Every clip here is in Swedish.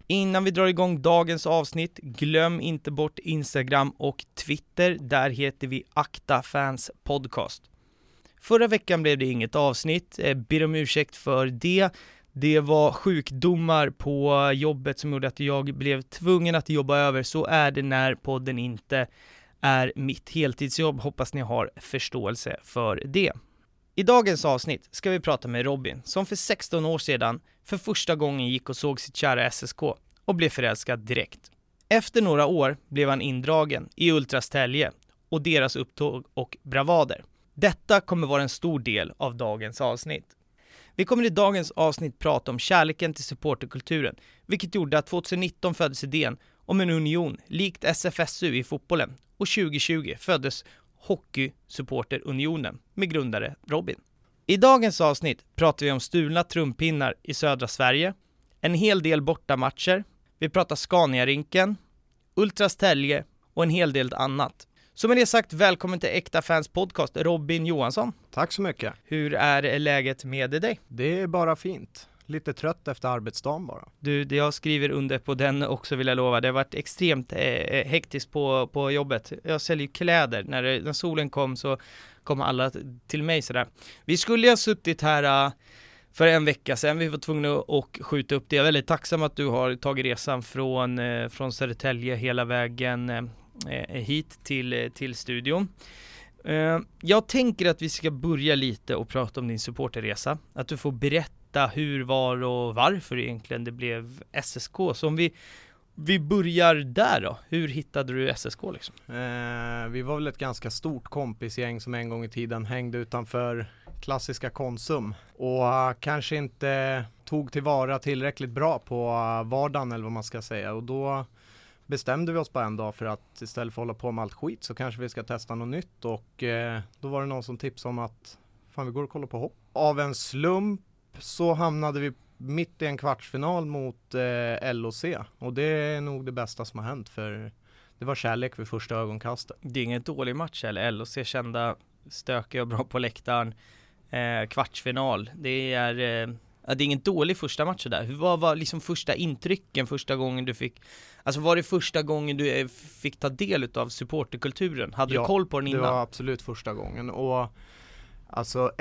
Innan vi drar igång dagens avsnitt, glöm inte bort Instagram och Twitter. Där heter vi Akta Fans Podcast. Förra veckan blev det inget avsnitt, ber om ursäkt för det. Det var sjukdomar på jobbet som gjorde att jag blev tvungen att jobba över. Så är det när podden inte är mitt heltidsjobb. Hoppas ni har förståelse för det. I dagens avsnitt ska vi prata med Robin som för 16 år sedan för första gången gick och såg sitt kära SSK och blev förälskad direkt. Efter några år blev han indragen i Ultras Tälje och deras upptåg och bravader. Detta kommer vara en stor del av dagens avsnitt. Vi kommer i dagens avsnitt prata om kärleken till supporterkulturen, vilket gjorde att 2019 föddes idén om en union likt SFSU i fotbollen och 2020 föddes Hockeysupporterunionen med grundare Robin. I dagens avsnitt pratar vi om stulna trumpinnar i södra Sverige, en hel del bortamatcher, vi pratar Scania-rinken, Ultras Tälje och en hel del annat. Så med det sagt, välkommen till Äkta Fans Podcast, Robin Johansson. Tack så mycket. Hur är läget med dig? Det är bara fint. Lite trött efter arbetsdagen bara. Du, jag skriver under på den också, vill jag lova. Det har varit extremt hektiskt på jobbet. Jag säljer kläder. När solen kom så kom alla till mig sådär. Vi skulle ha suttit här för en vecka sedan. Vi var tvungna att skjuta upp det. Jag är väldigt tacksam att du har tagit resan från Södertälje hela vägen hit till studion. Jag tänker att vi ska börja lite och prata om din supporterresa. Att du får berätta hur, var och varför egentligen det blev SSK. Så om vi börjar där då. Hur hittade du SSK liksom? Vi var väl ett ganska stort kompisgäng som en gång i tiden hängde utanför klassiska Konsum. Och kanske inte tog tillvara tillräckligt bra på vardagen eller vad man ska säga. Och då bestämde vi oss bara en dag för att istället för att hålla på med allt skit så kanske vi ska testa något nytt. Och då var det någon som tipsade om att vi går och kollar på hopp. Av en slump så hamnade vi mitt i en kvartsfinal mot LOC. Och det är nog det bästa som har hänt, för det var kärlek vid första ögonkastet. Det är ingen dålig match eller? LOC kända, stökiga och bra på läktaren. Kvartsfinal. Det är ingen dålig första match där. Vad var liksom första intrycken första gången du fick? Alltså var det första gången du fick ta del av supporterkulturen? Hade du koll på den innan? Det var absolut första gången. Och alltså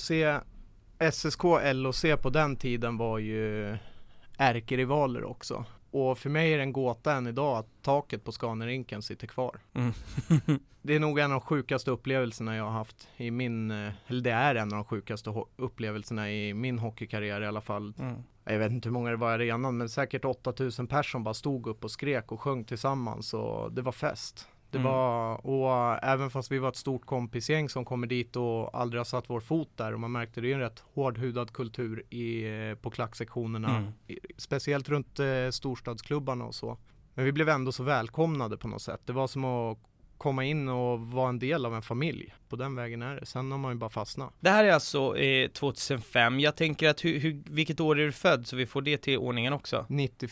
SSK LOC på den tiden var ju ärkerivaler också. Och för mig är det en gåta än idag att taket på Scania-rinken sitter kvar. Mm. Det är nog en av de sjukaste upplevelserna jag har haft i det är en av de sjukaste upplevelserna i min hockeykarriär i alla fall. Mm. Jag vet inte hur många det var i arenan, men säkert 8000 personer bara stod upp och skrek och sjöng tillsammans, och det var fest. Det var, och även fast vi var ett stort kompisgäng som kommer dit och aldrig har satt vår fot där, och man märkte det är en rätt hårdhudad kultur på klacksektionerna, speciellt runt storstadsklubbarna och så. Men vi blev ändå så välkomnade på något sätt. Det var som att komma in och vara en del av en familj. På den vägen är det. Sen har man ju bara fastnat. Det här är alltså 2005. Jag tänker att vilket år är du född, så vi får det till ordningen också?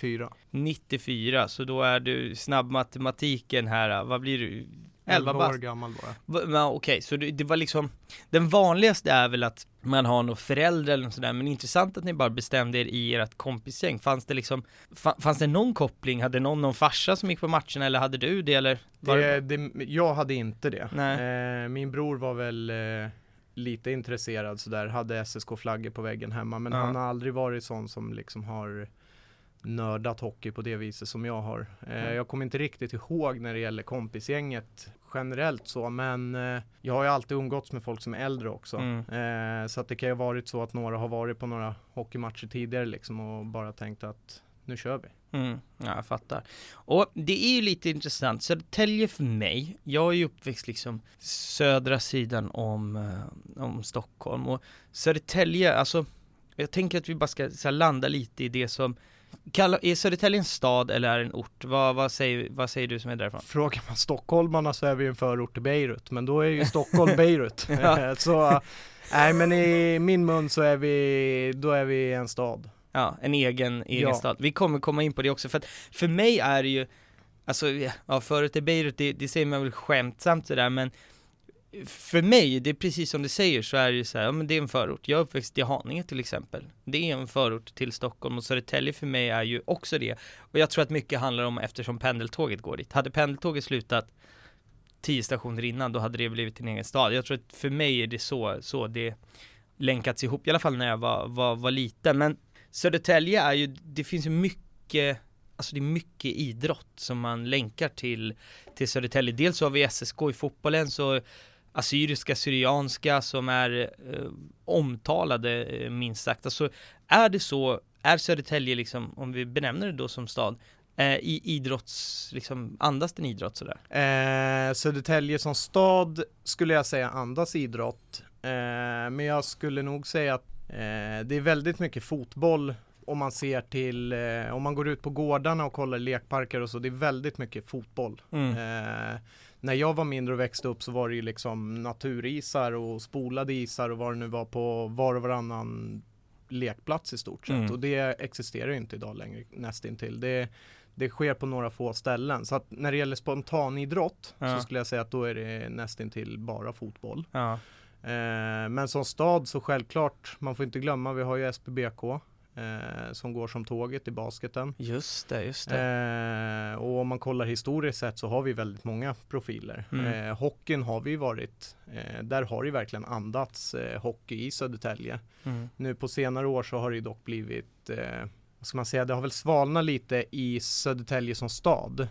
94, så då är du snabb matematiken här. Vad blir du? 11 år gammal bara. Okej, så det var liksom, den vanligaste är väl att man har några föräldrar eller något sådär, men intressant att ni bara bestämde er i ert kompisgäng. Fanns det liksom, fanns det någon koppling? Hade någon farsa som gick på matchen, eller hade du det? Eller jag hade inte det. Min bror var väl lite intresserad sådär, hade SSK-flaggor på väggen hemma, men han har aldrig varit sån som liksom har nördat hockey på det viset som jag har. Jag kommer inte riktigt ihåg när det gäller kompisgänget generellt så, men jag har ju alltid umgåtts med folk som är äldre också. Så att det kan ju ha varit så att några har varit på några hockeymatcher tidigare liksom och bara tänkt att nu kör vi. Ja, jag fattar. Och det är ju lite intressant. Södertälje för mig, jag är ju uppväxt liksom södra sidan om Stockholm, och Södertälje, alltså jag tänker att vi bara ska så här, landa lite i det som är Södertälje en stad eller är det en ort? Vad säger du som är därifrån? Frågar man stockholmarna så är vi en förort till Beirut, men då är ju Stockholm Beirut. Så nej, men i min mun så är vi en stad. Ja, en egen stad. Vi kommer komma in på det också, för mig är det ju, alltså förut till Beirut, det säger man väl skämtsamt sådär, men för mig, det är precis som du säger, så är det så här, ja, men det är en förort. Jag är uppväxt i Haninge till exempel. Det är en förort till Stockholm, och Södertälje för mig är ju också det. Och jag tror att mycket handlar om eftersom pendeltåget går dit. Hade pendeltåget slutat 10 stationer innan, då hade det blivit en egen stad. Jag tror att för mig är det så det länkats ihop, i alla fall när jag var liten. Men Södertälje är ju, det finns ju mycket, alltså det är mycket idrott som man länkar till Södertälje. Dels så har vi SSK i fotbollen, så assyriska, syrianska som är omtalade minst sagt. Alltså är Södertälje liksom, om vi benämner det då som stad, i idrotts, liksom andas den idrott sådär? Södertälje som stad skulle jag säga andas idrott, men jag skulle nog säga att det är väldigt mycket fotboll. Om man ser till, om man går ut på gårdarna och kollar lekparker och så, det är väldigt mycket fotboll. När jag var mindre och växte upp så var det ju liksom naturisar och spolade isar och vad det nu var på var och varannan lekplats i stort sett. Och det existerar ju inte idag längre, nästintill. Det sker på några få ställen. Så att när det gäller spontanidrott så skulle jag säga att då är det nästintill bara fotboll. Ja. Men som stad så självklart, man får inte glömma, vi har ju SPBK som går som tåget i basketen. Just det. Och om man kollar historiskt sett så har vi väldigt många profiler. Hockeyn har vi varit, där har det verkligen andats hockey i Södertälje. Nu på senare år så har det dock blivit, vad ska man säga, det har väl svalnat lite i Södertälje som stad.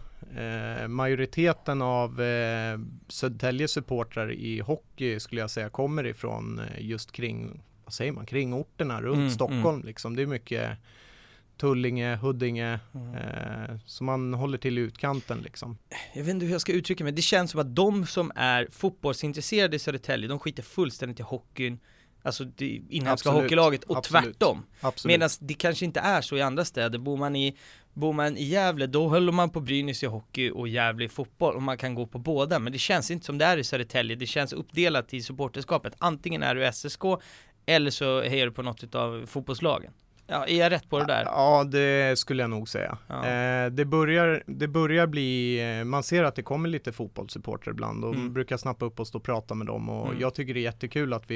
Majoriteten av Södertäljes supportrar i hockey skulle jag säga kommer ifrån just kring orterna runt Stockholm liksom. Det är mycket Tullinge, Huddinge, så man håller till i utkanten liksom. Jag vet inte hur jag ska uttrycka mig. Det känns som att de som är fotbollsintresserade i Södertälje, de skiter fullständigt i hockeyn, alltså det inhemska hockeylaget, och tvärtom. Medan det kanske inte är så i andra städer. Bor man i Gävle, då håller man på Brynäs i hockey och Gävle i fotboll, och man kan gå på båda. Men det känns inte som det är i Södertälje. Det känns uppdelat i supporterskapet. Antingen är du SSK eller så hejar du på något av fotbollslagen. Ja, är jag rätt på det där? Ja, det skulle jag nog säga. Ja. Det börjar bli, man ser att det kommer lite fotbollssupporter ibland, och brukar snappa upp och stå och prata med dem, och jag tycker det är jättekul att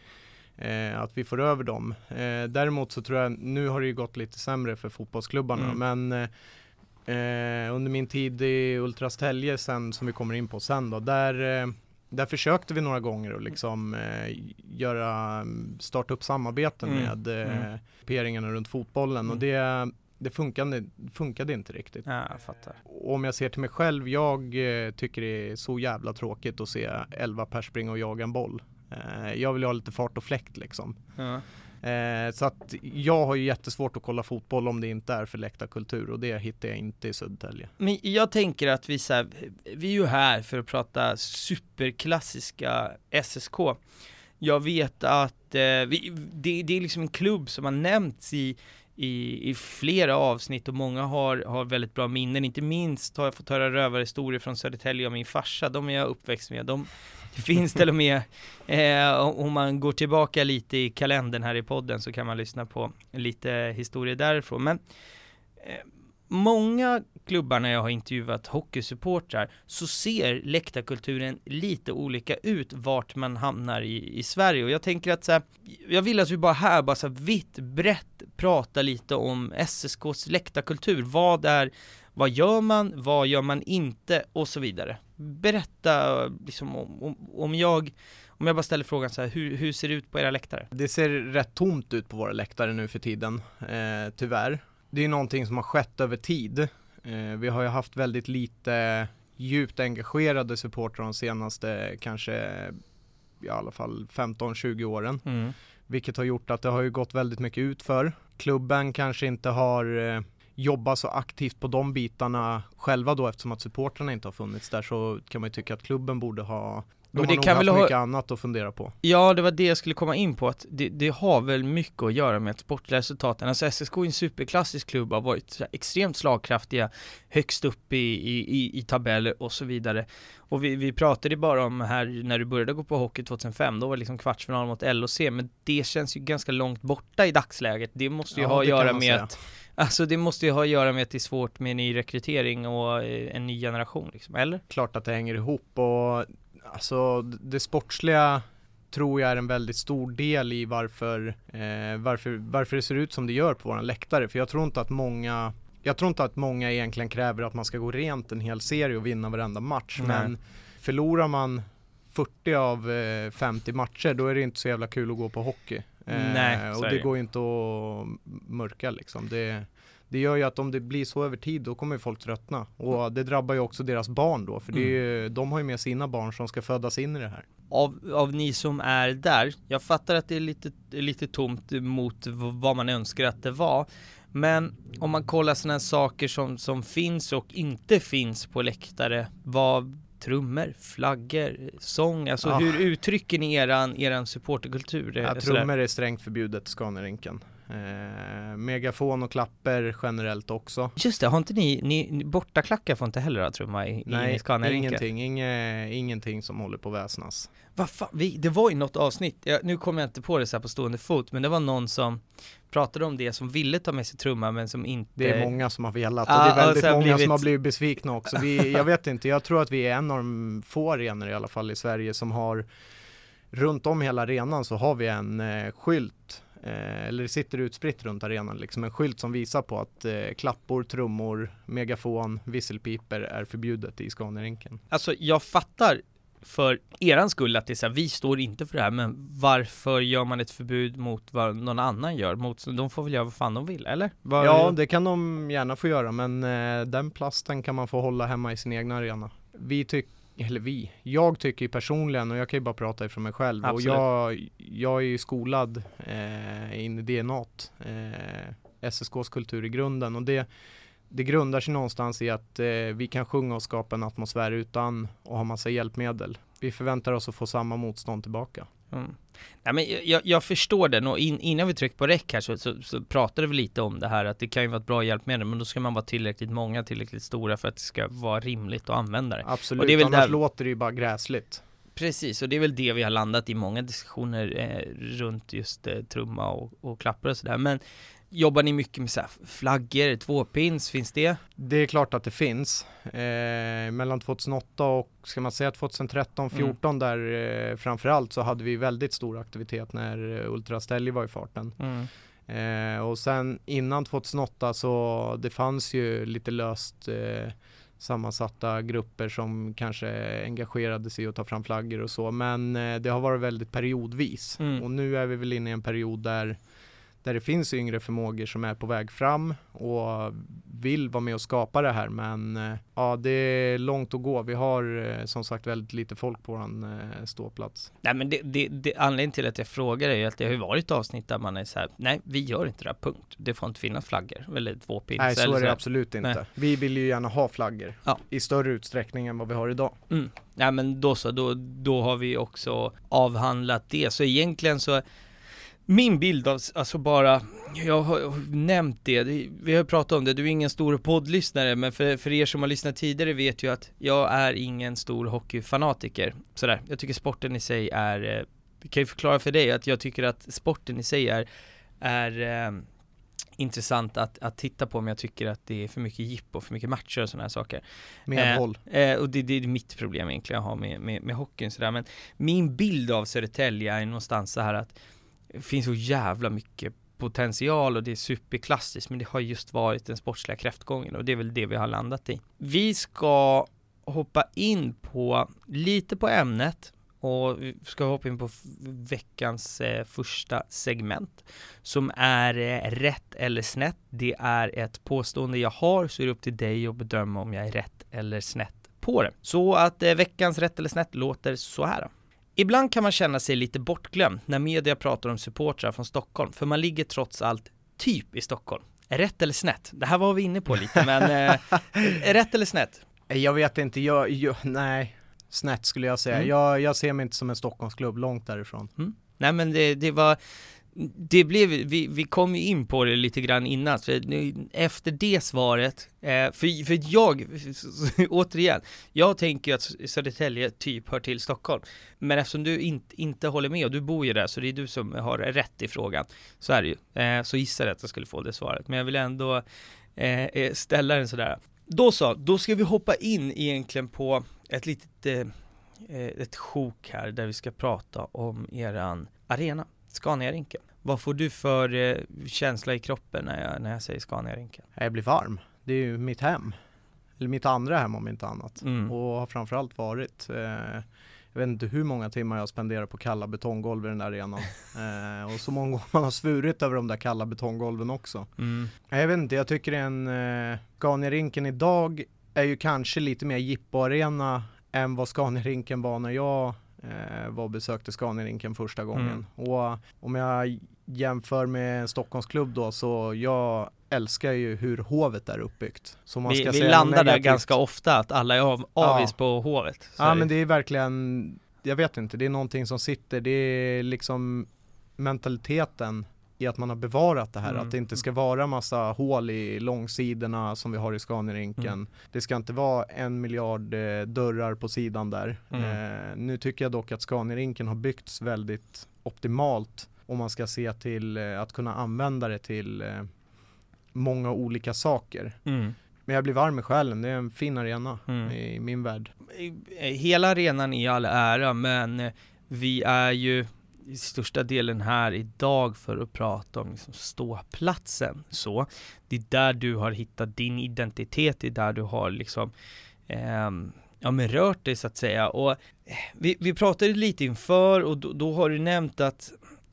vi får över dem. Däremot så tror jag, nu har det ju gått lite sämre för fotbollsklubbarna, men under min tid i Ultrastälje sen, som vi kommer in på sen då, där försökte vi några gånger att liksom starta upp samarbeten med grupperingarna runt fotbollen, och det funkade inte riktigt. Ja, jag fattar. Och om jag ser till mig själv, jag tycker det är så jävla tråkigt att se 11 pers springa och jaga en boll. Jag vill ha lite fart och fläkt liksom. Ja. Så att jag har ju jättesvårt att kolla fotboll om det inte är för läktarkultur, och det hittar jag inte i Södertälje. Men jag tänker att vi är ju här för att prata superklassiska SSK. Jag vet att det är liksom en klubb som har nämnts i flera avsnitt, och många har väldigt bra minnen. Inte minst har jag fått höra rövarhistorier från Södertälje och min farsa. De är jag uppväxt med. Det finns till och med, om man går tillbaka lite i kalendern här i podden, så kan man lyssna på lite historier därifrån. Men många klubbar, när jag har intervjuat hockeysupportrar, så ser läktarkulturen lite olika ut vart man hamnar i Sverige. Och jag tänker att jag vill att vi bara så vitt brett prata lite om SSKs läktarkultur. Vad gör man inte, och så vidare. Berätta liksom om jag bara ställer frågan så här, hur ser det ut på era läktare? Det ser rätt tomt ut på våra läktare nu för tiden, tyvärr. Det är någonting som har skett över tid. Vi har ju haft väldigt lite djupt engagerade supportrar de senaste kanske i alla fall 15-20 åren. Vilket har gjort att det har ju gått väldigt mycket utför. Klubben kanske inte har jobbat så aktivt på de bitarna själva då, eftersom att supportrarna inte har funnits där, så kan man ju tycka att klubben borde ha... De har nog haft mycket annat att fundera på. Ja, det var det jag skulle komma in på, att det har väl mycket att göra med sportresultaten. Alltså SSK är en superklassisk klubb, har varit extremt slagkraftiga högst upp i tabeller och så vidare. Och vi pratade bara om här när du började gå på hockey 2005, då var det liksom kvartsfinal mot LHC, men det känns ju ganska långt borta i dagsläget. Det måste ju ha att göra med att, alltså det måste ju ha att göra med att det är svårt med ny rekrytering och en ny generation liksom, eller? Klart att det hänger ihop, och Alltså det sportsliga tror jag är en väldigt stor del i varför det ser ut som det gör på våran läktare. För jag tror inte att många egentligen kräver att man ska gå rent en hel serie och vinna varenda match. Nej. Men förlorar man 40 av 50 matcher, då är det inte så jävla kul att gå på hockey. Nej, och det går inte att mörka liksom. Det gör ju att om det blir så över tid, då kommer ju folk tröttna. Och det drabbar ju också deras barn då. För de har ju med sina barn som ska födas in i det här. Av ni som är där, jag fattar att det är lite tomt mot vad man önskar att det var. Men om man kollar sådana saker som finns och inte finns på läktare, vad trummor, flaggor, sång, alltså hur uttrycker ni eran supporterkultur? Ja, trummor är strängt förbjudet i Scaniarinken. Megafon och klapper generellt också. Just det, har inte ni bortaklackar får inte heller ha trumma i Scaniarinken? Ingenting som håller på väsnas. Vad fan, det var ju något avsnitt, nu kommer jag inte på det så här på stående fot, men det var någon som pratade om det, som ville ta med sig trumma men som inte... Det är många som har velat och det är väldigt många som har blivit besvikna också. Jag vet inte, jag tror att vi är en av de få arenor i alla fall i Sverige som har, runt om hela arenan så har vi en skylt, eller det sitter utspritt runt arenan liksom, en skylt som visar på att klappor, trummor, megafon, visselpiper är förbjudet i Scaniarinken. Alltså jag fattar för eran skull att det är så här, vi står inte för det här, men varför gör man ett förbud mot vad någon annan gör? De får väl göra vad fan de vill, eller? Ja, det kan de gärna få göra, men den plasten kan man få hålla hemma i sin egna arena. Jag tycker ju personligen, och jag kan ju bara prata ifrån mig själv, absolut. Och jag är ju skolad in i DNA:t, SSKs kultur i grunden, och det grundar sig någonstans i att vi kan sjunga och skapa en atmosfär utan att ha massa hjälpmedel. Vi förväntar oss att få samma motstånd tillbaka. Mm. Nej, men jag förstår det. Och innan vi trycker på räck här så pratade vi lite om det här, att det kan ju vara ett bra hjälpmedel, men då ska man vara tillräckligt många, tillräckligt stora för att det ska vara rimligt att använda det. Absolut, och det är väl annars låter det ju bara gräsligt. Precis, och det är väl det vi har landat i många diskussioner runt just trumma och klappar och sådär. Men jobbar ni mycket med så här flaggor, tvåpins, finns det? Det är klart att det finns. Mellan 2008 och ska man säga 2013-14 där framförallt så hade vi väldigt stor aktivitet när Ultra Stelli var i farten. Och sen innan 2008 så det fanns ju lite löst sammansatta grupper som kanske engagerade sig och ta fram flaggor och så, men det har varit väldigt periodvis. Och nu är vi väl inne i en period där det finns yngre förmågor som är på väg fram och vill vara med och skapa det här, men ja, det är långt att gå. Vi har som sagt väldigt lite folk på våran ståplats. Nej, men det anledningen till att jag frågar är att det har ju varit avsnitt där man är så här: nej, vi gör inte det här, punkt. Det får inte finnas flaggor eller tvåpins. Nej, så eller är det så absolut inte. Nej. Vi vill ju gärna ha flaggor i större utsträckning än vad vi har idag. Nej, men då har vi också avhandlat det. Så egentligen så min bild av, alltså bara, jag har nämnt det, vi har pratat om det, du är ingen stor poddlyssnare, men för er som har lyssnat tidigare vet ju att jag är ingen stor hockeyfanatiker. Sådär, jag tycker sporten i sig är, kan ju förklara för dig att jag tycker att sporten i sig är intressant att titta på, men jag tycker att det är för mycket jipp och för mycket matcher och sådana här saker. Medhåll. Och det är mitt problem egentligen jag har med hockeyn sådär, men min bild av Södertälje är någonstans så här att det finns så jävla mycket potential och det är superklassiskt, men det har just varit den sportsliga kräftgången och det är väl det vi har landat i. Vi ska hoppa in på lite på ämnet och vi ska hoppa in på veckans första segment som är rätt eller snett. Det är ett påstående jag har, så är det upp till dig att bedöma om jag är rätt eller snett på det. Så att veckans rätt eller snett låter så här. Ibland kan man känna sig lite bortglömd när media pratar om supportrar från Stockholm, för man ligger trots allt typ i Stockholm. Rätt eller snett? Det här var vi inne på lite, men rätt eller snett? Jag vet inte, nej, snett skulle jag säga. Jag ser mig inte som en Stockholmsklubb, långt därifrån. Nej, men vi kom ju in på det lite grann innan, för efter det svaret, för jag återigen, jag tänker ju att Södertälje typ hör till Stockholm, men eftersom du inte håller med och du bor ju där, så det är du som har rätt i frågan, så är det ju, så gissar jag att jag skulle få det svaret, men jag vill ändå ställa den sådär. Då ska vi hoppa in egentligen på ett litet ett sjok här där vi ska prata om eran arena, Scania-rinken. Vad får du för känsla i kroppen när jag säger Scania-rinken? Jag blir varm. Det är ju mitt hem. Eller mitt andra hem om inte annat. Och har framförallt varit. Jag vet inte hur många timmar jag spenderar på kalla betonggolv i den där arenan. Och så många gånger man har svurit över de där kalla betonggolven också. Jag vet inte, jag tycker Scania-rinken idag är ju kanske lite mer jippo-arena än vad Scania-rinken var när jag var och besökte Scania-rinken första gången. Och om jag jämför med en Stockholmsklubb då, så jag älskar ju hur hovet är uppbyggt. Så man ska vi säga landar negativt. där ganska ofta att alla är avis på hovet. Ja, men det är verkligen, jag vet inte, det är någonting som sitter, det är liksom mentaliteten i att man har bevarat det här, att det inte ska vara massa hål i långsidorna som vi har i Scania-rinken. Det ska inte vara 1 miljard dörrar på sidan där. Nu tycker jag dock att Scania-rinken har byggts väldigt optimalt om man ska se till att kunna använda det till många olika saker. Men jag blir varm i själen, det är en fin arena i min värld. Hela arenan är all ära, men vi är ju i största delen här idag för att prata om liksom ståplatsen. Så det är där du har hittat din identitet, det är där du har liksom rört dig så att säga. Och vi pratade lite inför och då har du nämnt att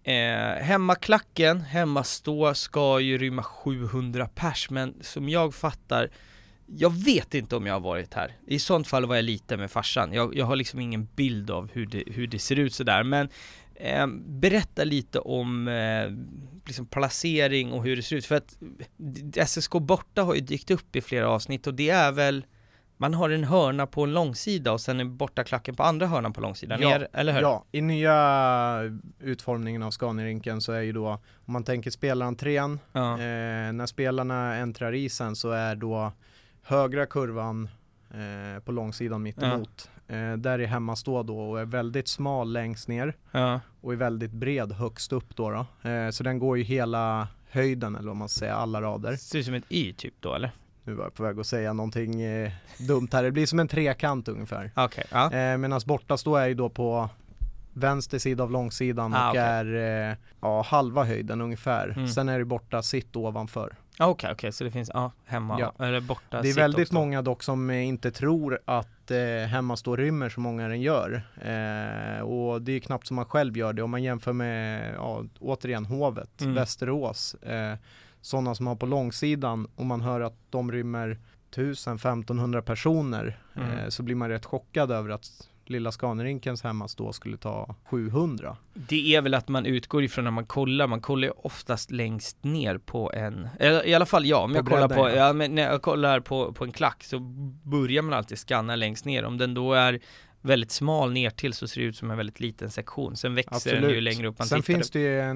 hemmastå ska ju rymma 700 pers, men som jag fattar, jag vet inte om jag har varit här. I sånt fall var jag lite med farsan. Jag har liksom ingen bild av hur det ser ut så där, men berätta lite om liksom placering och hur det ser ut, för att SSK borta har ju dykt upp i flera avsnitt, och det är väl man har en hörna på en långsida och sen är bortaklacken på andra hörnan på långsidan, eller hur? Ja, i nya utformningen av Scania-rinken så är ju då, om man tänker spelarentrén, när spelarna äntrar isen så är då högra kurvan på långsidan mittemot. Där är hemmastå då och är väldigt smal längst ner och är väldigt bred högst upp då. Så den går ju hela höjden, eller vad man säger, alla rader. Ser ut som ett Y typ då, eller? Nu var jag på väg att säga någonting dumt här. Det blir som en trekant ungefär. Medan borta står är ju då på vänster sida av långsidan och är halva höjden ungefär. Sen är det borta sitt ovanför. Okej, så det finns hemma eller borta. Det är väldigt också många dock som inte tror att hemma står rymmer så många den gör. Och det är knappt som man själv gör det. Om man jämför med återigen hovet, Västerås, sådana som har på långsidan, och man hör att de rymmer 1000-1500 personer, så blir man rätt chockad över att lilla Scania-rinkens hemmastå skulle ta 700. Det är väl att man utgår ifrån när man kollar ju oftast längst ner på en, i alla fall om jag kollar på, men när jag kollar på en klack så börjar man alltid scanna längst ner. Om den då är väldigt smal ner till så ser det ut som en väldigt liten sektion. Sen växer den ju längre upp man tittar. Sen finns det ju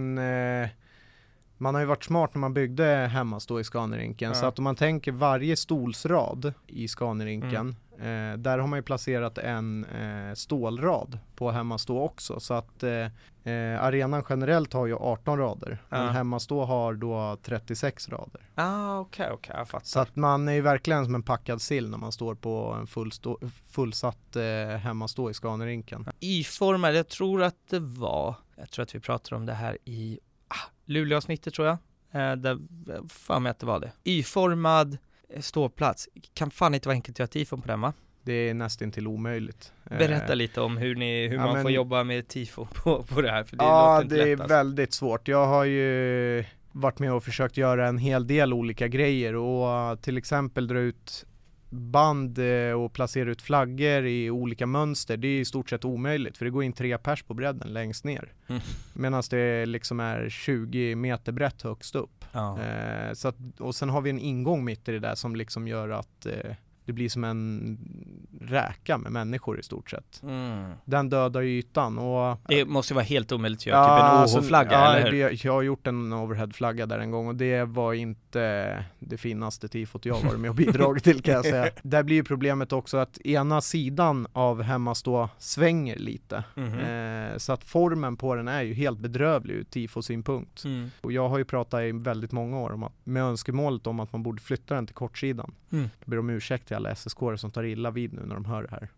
man har ju varit smart när man byggde hemmastå i Scania-rinken. Så att om man tänker varje stolsrad i Scania-rinken, där har man ju placerat en stålrad på hemmastå också. Så att arenan generellt har ju 18 rader. Men hemmastå har då 36 rader. Okej, jag fattar. Så att man är ju verkligen som en packad sill när man står på en fullsatt hemmastå i Scania-rinken. Y-formad, jag tror att vi pratade om det här i Luleå-avsnittet tror jag. Där fan med att det var det. Y-formad ståplats. Kan fan inte vara enkelt att göra tifon på den, va? Det är nästan till omöjligt. Berätta lite om hur man får jobba med tifo på det här. För det låter inte det lätt, är väldigt svårt. Jag har ju varit med och försökt göra en hel del olika grejer, och till exempel dra ut band och placera ut flaggor i olika mönster. Det är i stort sett omöjligt, för det går in 3 pers på bredden längst ner. Medan det liksom är 20 meter brett högst upp. Så att, och sen har vi en ingång mitt i det där som liksom gör att det blir som en räka med människor i stort sett. Den dödar ju ytan. Och det måste vara helt omöjligt att göra typ en OH-flagga, eller hur? Jag har gjort en overhead-flagga där en gång, och det var inte det finaste tifot jag varit med och bidragit till, kan jag säga. Där blir ju problemet också att ena sidan av hemmastå svänger lite. Så att formen på den är ju helt bedrövlig ur tifosynpunkt. Och jag har ju pratat i väldigt många år om att, med önskemålet om att man borde flytta den till kortsidan. Jag ber om ursäkt till alla SSK som tar illa vid nu när de hör det här.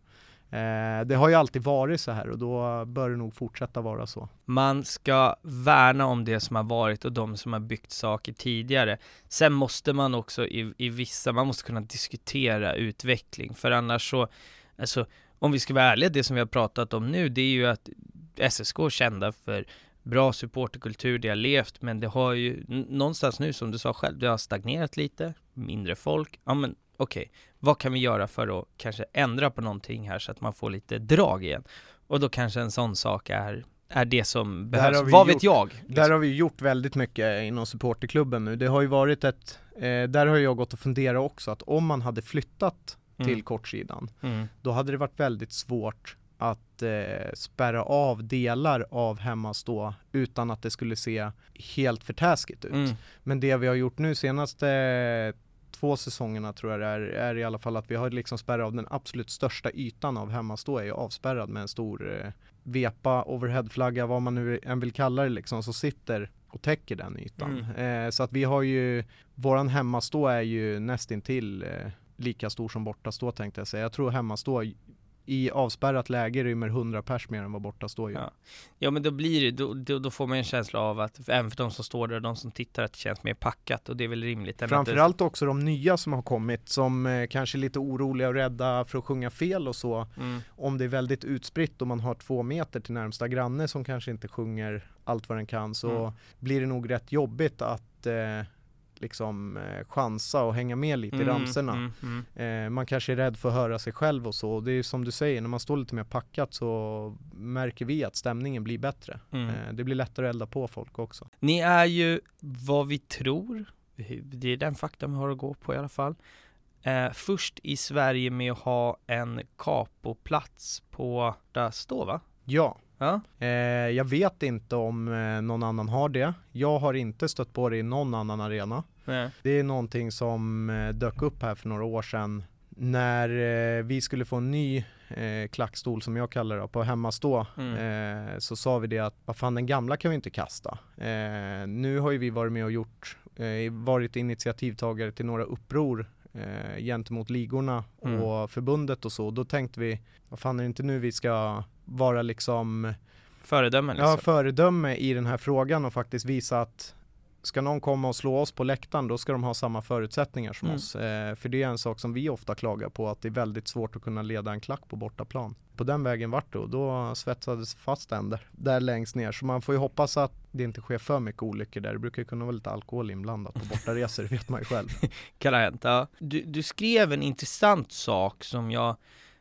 Det har ju alltid varit så här och då bör det nog fortsätta vara så. Man ska värna om det som har varit och de som har byggt saker tidigare. Sen måste man också i vissa, man måste kunna diskutera utveckling, för annars så, alltså om vi ska vara ärliga, det som vi har pratat om nu, det är ju att SSK är kända för bra supporterkultur, det har levt, men det har ju någonstans nu, som du sa själv, det har stagnerat lite, mindre folk. Ja men okej, vad kan vi göra för att kanske ändra på någonting här så att man får lite drag igen? Och då kanske en sån sak är det som behövs. Vad vet jag? Liksom. Där har vi gjort väldigt mycket inom supporterklubben nu. Det har ju varit där har jag gått och funderat också, att om man hade flyttat till kortsidan, då hade det varit väldigt svårt att spärra av delar av hemmastå utan att det skulle se helt förtäskigt ut. Men det vi har gjort nu senaste 2 säsongerna tror jag är i alla fall att vi har liksom spärrat av den absolut största ytan av hemmastå är ju avspärrad med en stor vepa, overheadflagga, vad man nu än vill kalla det liksom, så sitter och täcker den ytan. Så att vi har ju, våran hemmastå är ju nästintill lika stor som bortastå tänkte jag säga. Jag tror hemmastå i avspärrat läge rymmer 100 pers mer än vad borta står ju. Ja, men då blir det, då får man en känsla av att även för de som står där och de som tittar, att det känns mer packat, och det är väl rimligt. Framförallt också de nya som har kommit som kanske är lite oroliga och rädda för att sjunga fel och så. Om det är väldigt utspritt och man har 2 meter till närmsta granne som kanske inte sjunger allt vad den kan, så blir det nog rätt jobbigt att liksom chansa och hänga med lite i ramserna. Man kanske är rädd för att höra sig själv och så. Det är som du säger, när man står lite mer packat så märker vi att stämningen blir bättre. Det blir lättare att elda på folk också. Ni är ju, vad vi tror, det är den fakta vi har att gå på i alla fall, först i Sverige med att ha en capoplats på Stå, va? Ja. Jag vet inte om någon annan har det. Jag har inte stött på det i någon annan arena. Det är någonting som dök upp här för några år sedan när vi skulle få en ny klackstol som jag kallar det på hemmastå. Så sa vi det att vad fan, den gamla kan vi inte kasta. Nu har ju vi varit med och varit initiativtagare till några uppror gentemot ligorna och förbundet och så. Då tänkte vi, vad fan är det inte nu vi ska vara liksom föredöme liksom. Ja, föredöme i den här frågan och faktiskt visa att ska någon komma och slå oss på läktaren, då ska de ha samma förutsättningar som oss. För det är en sak som vi ofta klagar på, att det är väldigt svårt att kunna leda en klack på bortaplan. På den vägen vart det, och då svetsades fast änder där längst ner. Så man får ju hoppas att det inte sker för mycket olyckor där. Det brukar ju kunna vara lite alkohol inblandat på bortaresor, det vet man ju själv. Kan ha hänt, ja. Du skrev en intressant sak som jag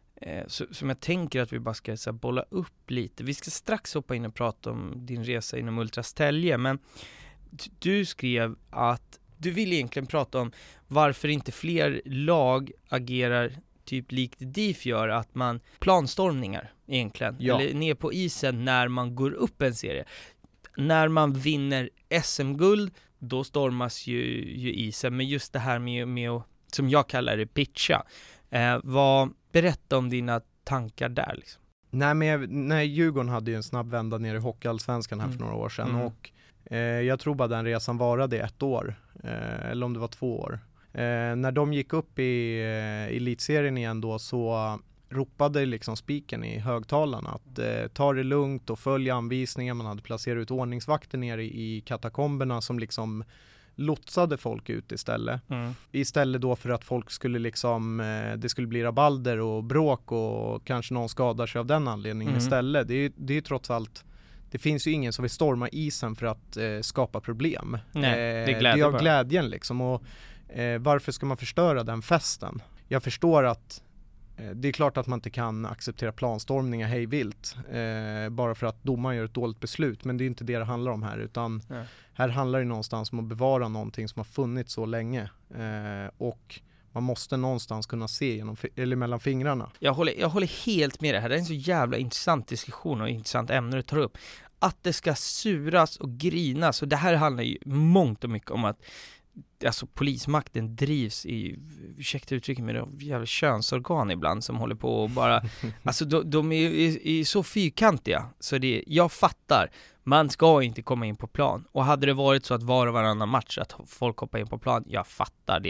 tänker att vi bara ska så här, bolla upp lite. Vi ska strax hoppa in och prata om din resa inom Ultrastälje, men du skrev att du vill egentligen prata om varför inte fler lag agerar typ likt DIF gör, att man planstormningar egentligen, eller ner på isen när man går upp en serie. När man vinner SM-guld, då stormas ju isen, men just det här med att, som jag kallar det, pitcha. Berätta om dina tankar där liksom. Nej, Djurgården hade ju en snabb vända ner i Hockeyallsvenskan här för några år sedan och jag tror bara den resan varade 1 år, eller om det var 2 år. När de gick upp i elitserien igen då, så ropade liksom spiken i högtalarna att ta det lugnt och följa anvisningar. Man hade placerat ut ordningsvakter nere i katakomberna som liksom lotsade folk ut istället. Istället då för att folk skulle liksom, det skulle bli rabalder och bråk och kanske någon skadar sig av den anledningen istället. Det är trots allt, det finns ju ingen som vill storma isen för att skapa problem. Nej, det är glädjen liksom. Och varför ska man förstöra den festen? Jag förstår att det är klart att man inte kan acceptera planstormningar hej vilt bara för att domaren gör ett dåligt beslut, men det är inte det handlar om här, utan här handlar det någonstans om att bevara någonting som har funnits så länge och man måste någonstans kunna se eller mellan fingrarna. Jag håller helt med det här. Det är en så jävla intressant diskussion och intressant ämne du tar upp. Att det ska suras och grinas, och det här handlar ju mångt och mycket om att alltså polismakten drivs i, ursäkta uttrycket, med jävla könsorgan ibland som håller på och bara alltså de är så fyrkantiga så jag fattar, man ska inte komma in på plan, och hade det varit så att var och varannan match att folk hoppar in på plan, jag fattar det,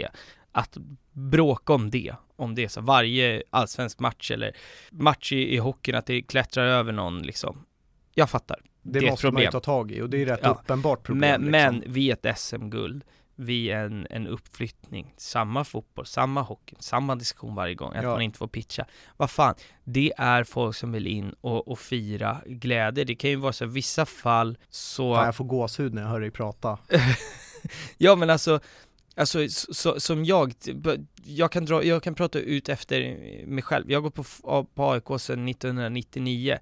att bråka om det så varje allsvensk match eller match i hockeyn, att det klättrar över någon liksom. Jag fattar. Det är måste man ju ta tag i och det är rätt uppenbart problem. Men vi är ett SM-guld, vi är en uppflyttning, samma fotboll, samma hockey, samma diskussion varje gång, att man inte får pitcha. Vad fan, det är folk som vill in och fira glädje. Det kan ju vara så i vissa fall så... Fan, jag får gåshud när jag hör dig prata. Ja, men alltså som jag kan prata ut efter mig själv. Jag går på AIK sedan 1999.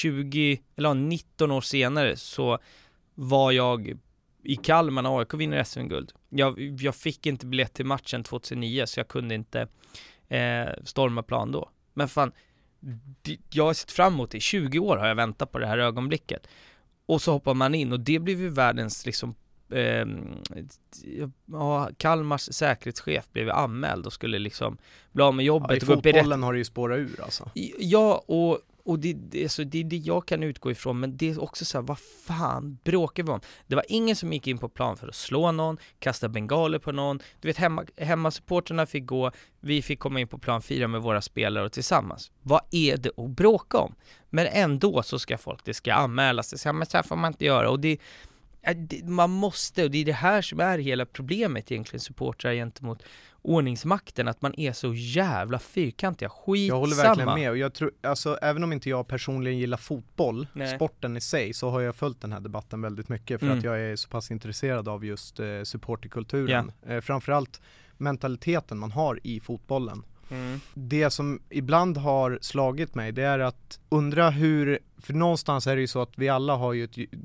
19 år senare så var jag i Kalmar när AIK vinner SM-guld. Jag fick inte biljett till matchen 2009 så jag kunde inte storma plan då. Men fan, jag har sett fram emot det. 20 år har jag väntat på det här ögonblicket. Och så hoppar man in och det blev ju världens liksom Kalmars säkerhetschef blev anmäld och skulle liksom bli av med jobbet. I fotbollen har det ju spårat ur alltså. Ja, och det är det jag kan utgå ifrån, men det är också så här, vad fan bråkar vi om? Det var ingen som gick in på plan för att slå någon, kasta bengaler på någon. Du vet, hemmasupporterna fick gå, vi fick komma in på plan, fira med våra spelare och tillsammans. Vad är det att bråka om? Men ändå så ska det ska anmälas, det ska, men så här får man inte göra, och man måste, och det är det här som är hela problemet egentligen, supportrar gentemot ordningsmakten, att man är så jävla fyrkantiga, skitsamma. Jag håller verkligen med, och jag tror, alltså, även om inte jag personligen gillar fotboll, sporten i sig, så har jag följt den här debatten väldigt mycket för att jag är så pass intresserad av just supporterkulturen. Framförallt mentaliteten man har i fotbollen. Det som ibland har slagit mig, det är att undra hur, för någonstans är det ju så att vi alla har ju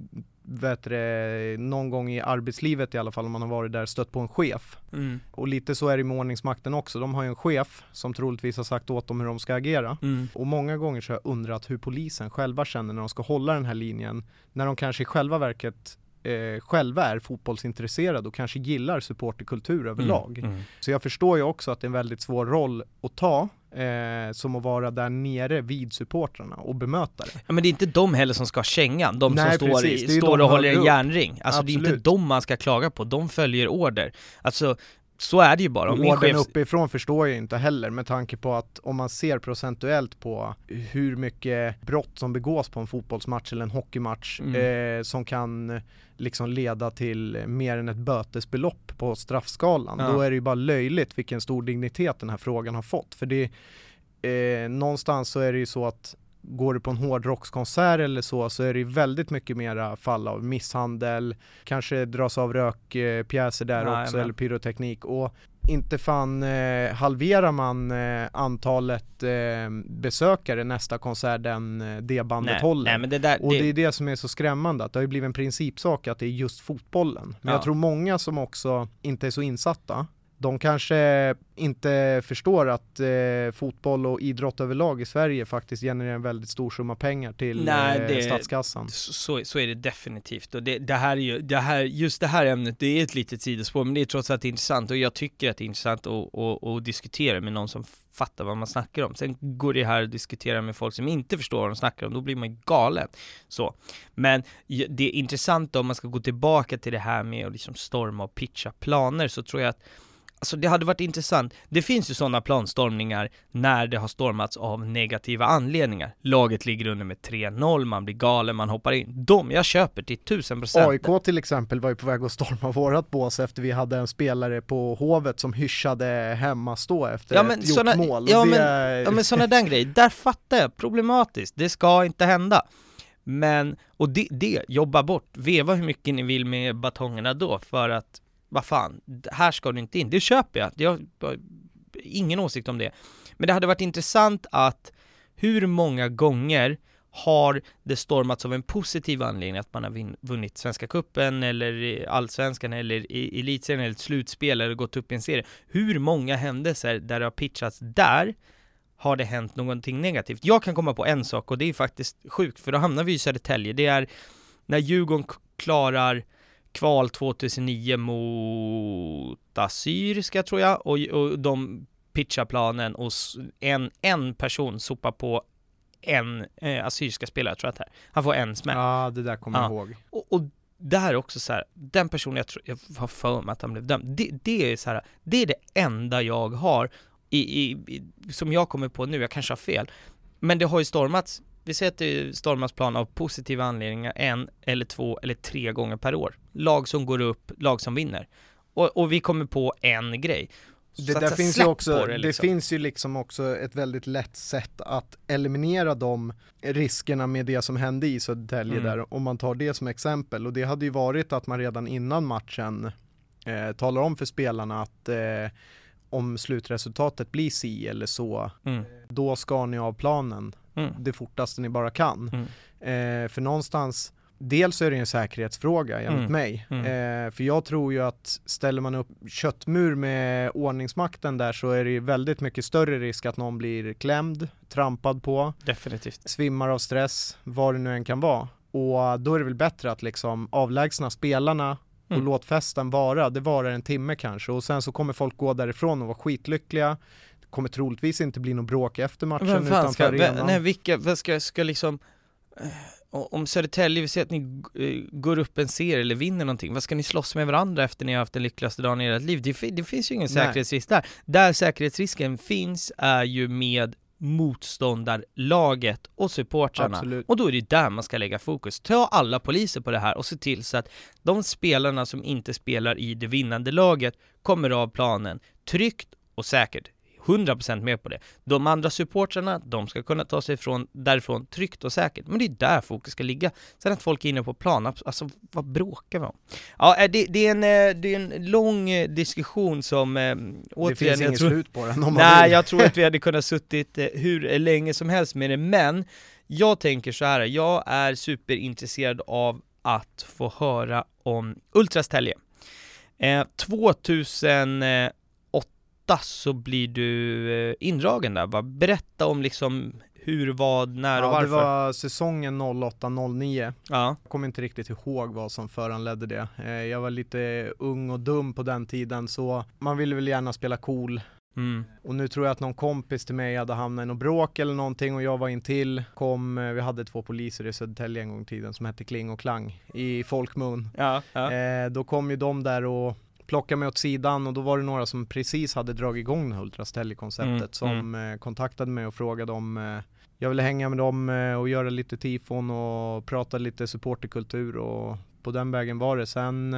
någon gång i arbetslivet i alla fall, om man har varit där, stött på en chef. Och lite så är det med ordningsmakten också. De har ju en chef som troligtvis har sagt åt dem hur de ska agera. Och många gånger så har jag undrat hur polisen själva känner när de ska hålla den här linjen, när de kanske i själva verket själva är fotbollsintresserade och kanske gillar supporterkultur överlag. Så jag förstår ju också att det är en väldigt svår roll att ta, som att vara där nere vid supportrarna och bemöta det. Ja, men det är inte de heller som ska ha kängan, de som precis, står och håller en järnring. Alltså Absolut. Det är inte de man ska klaga på, de följer order. Alltså så är det ju bara. Orden uppifrån förstår jag inte heller, med tanke på att om man ser procentuellt på hur mycket brott som begås på en fotbollsmatch eller en hockeymatch som kan liksom leda till mer än ett bötesbelopp på straffskalan, då är det ju bara löjligt vilken stor dignitet den här frågan har fått. För det någonstans så är det ju så att går du på en hårdrockskonsert eller så är det väldigt mycket mera fall av misshandel, kanske dras av rökpjäser där också, eller pyroteknik, och inte fan halverar man antalet besökare nästa konsert det bandet håller. Nej, men det är det som är så skrämmande, att det har ju blivit en principsak att det är just fotbollen. Men jag tror många som också inte är så insatta, de kanske inte förstår att fotboll och idrott överlag i Sverige faktiskt genererar en väldigt stor summa pengar till statskassan. Så är det definitivt. Och just det här ämnet, det är ett litet sidospår, men det är trots allt intressant, och jag tycker att det är intressant att diskutera med någon som fattar vad man snackar om. Sen går det här att diskutera med folk som inte förstår vad de snackar om, då blir man galen. Så. Men det är intressant om man ska gå tillbaka till det här med att liksom storma och pitcha planer, så tror jag att alltså det hade varit intressant. Det finns ju sådana planstormningar när det har stormats av negativa anledningar. Laget ligger under med 3-0, man blir galen, man hoppar in. Jag köper till 1000%. AIK till exempel var ju på väg att storma vårat bås efter vi hade en spelare på Hovet som hyschade hemmastå efter ett gjort mål. Men sådana där grejer, där fattar jag, problematiskt. Det ska inte hända. Men, och det jobba bort. Veva hur mycket ni vill med batongerna då, för att vad fan, här ska du inte in. Det köper jag. Jag har ingen åsikt om det. Men det hade varit intressant att hur många gånger har det stormats av en positiv anledning, att man har vunnit Svenska cupen eller Allsvenskan eller i elitserien eller ett slutspel eller gått upp i en serie. Hur många händelser där det har pitchats där har det hänt någonting negativt? Jag kan komma på en sak, och det är faktiskt sjukt, för då hamnar vi i Södertälje. Det är när Djurgården klarar kval 2009 mot Assyriska, tror jag, och de pitchar planen och en person sopar på en assyriska spelare, tror jag att han får en smäll. Ja, det där kommer jag ihåg. Och det här är också så här, den personen jag har för mig att han blev dömd, det är så här, det är det enda jag har som jag kommer på nu, jag kanske har fel, men det har ju stormats, vi säger att det stormas plan av positiva anledningar 1 eller 2 eller 3 gånger per år, lag som går upp, lag som vinner, och vi kommer på en grej. Det där finns ju också, det finns ju liksom också ett väldigt lätt sätt att eliminera de riskerna med det som hände i Södertälje där, om man tar det som exempel, och det hade ju varit att man redan innan matchen talar om för spelarna att om slutresultatet blir si eller så, då ska ni av planen det fortaste ni bara kan. För någonstans, dels är det en säkerhetsfråga enligt mig. För jag tror ju att ställer man upp köttmur med ordningsmakten där, så är det ju väldigt mycket större risk att någon blir klämd, trampad på. Definitivt. Svimmar av stress, vad det nu än kan vara. Och då är det väl bättre att liksom avlägsna spelarna och låt festen vara. Det varar en timme kanske. Och sen så kommer folk gå därifrån och vara skitlyckliga. Det kommer troligtvis inte bli någon bråk efter matchen utanför arenan. Ska liksom... Om Södertälje vill säga att ni går upp en serie eller vinner någonting, vad ska ni slåss med varandra efter ni har haft den lyckligaste dagen i ert liv? Det finns ju ingen säkerhetsrisk där. Där säkerhetsrisken finns är ju med motståndarlaget och supportrarna. Absolut. Och då är det där man ska lägga fokus. Ta alla poliser på det här och se till så att de spelarna som inte spelar i det vinnande laget kommer av planen tryggt och säkert. 100% med på det. De andra supportrarna, de ska kunna ta sig därifrån tryggt och säkert. Men det är där fokus ska ligga. Sen att folk är inne på plan, alltså vad bråkar vi om? Ja, det är en lång diskussion som det finns inget slut på den. Nej, jag tror att vi hade kunnat suttit hur länge som helst med det. Men jag tänker så här, jag är superintresserad av att få höra om Ultrastälje. 2008 så blir du indragen där. Berätta om liksom hur, vad, när och varför. Det var säsongen 08-09. Ja. Jag kommer inte riktigt ihåg vad som föranledde det. Jag var lite ung och dum på den tiden, så man ville väl gärna spela cool. Och nu tror jag att någon kompis till mig hade hamnat i någon bråk eller någonting, och jag var intill. Vi hade 2 poliser i Södertälje en gång i tiden som hette Kling och Klang i folkmun. Ja. Då kom ju de där och plockade mig åt sidan, och då var det några som precis hade dragit igång det här Ultrastälje-konceptet som kontaktade mig och frågade om jag ville hänga med dem och göra lite tifon och prata lite supporterkultur, och på den vägen var det. Sen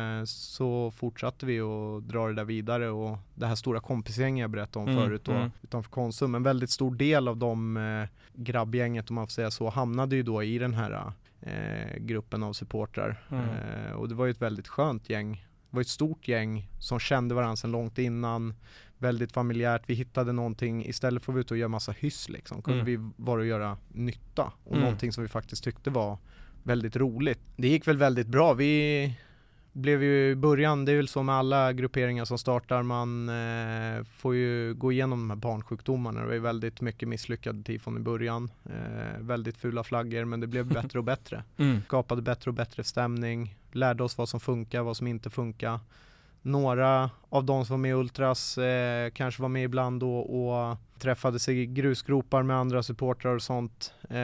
så fortsatte vi och dra det där vidare, och det här stora kompisgänget jag berättade om förut då, utanför Konsum. En väldigt stor del av de grabbgänget, om man får säga så, hamnade ju då i den här gruppen av supportrar. Och det var ju ett väldigt skönt gäng. Det var ett stort gäng som kände varandra sedan långt innan. Väldigt familjärt. Vi hittade någonting, istället för att vi ut och göra massa hyss liksom, kunde vi vara och göra nytta. Och någonting som vi faktiskt tyckte var väldigt roligt. Det gick väl väldigt bra. Vi blev ju i början, det är väl så med alla grupperingar som startar, man får ju gå igenom de här barnsjukdomarna. Det var ju väldigt mycket misslyckade tifon i början. Väldigt fula flaggor, men det blev bättre och bättre. Skapade bättre och bättre stämning. Lärde oss vad som funkar, vad som inte funkar. Några av de som var med i Ultras kanske var med ibland och träffade sig i grusgropar med andra supportrar och sånt. Det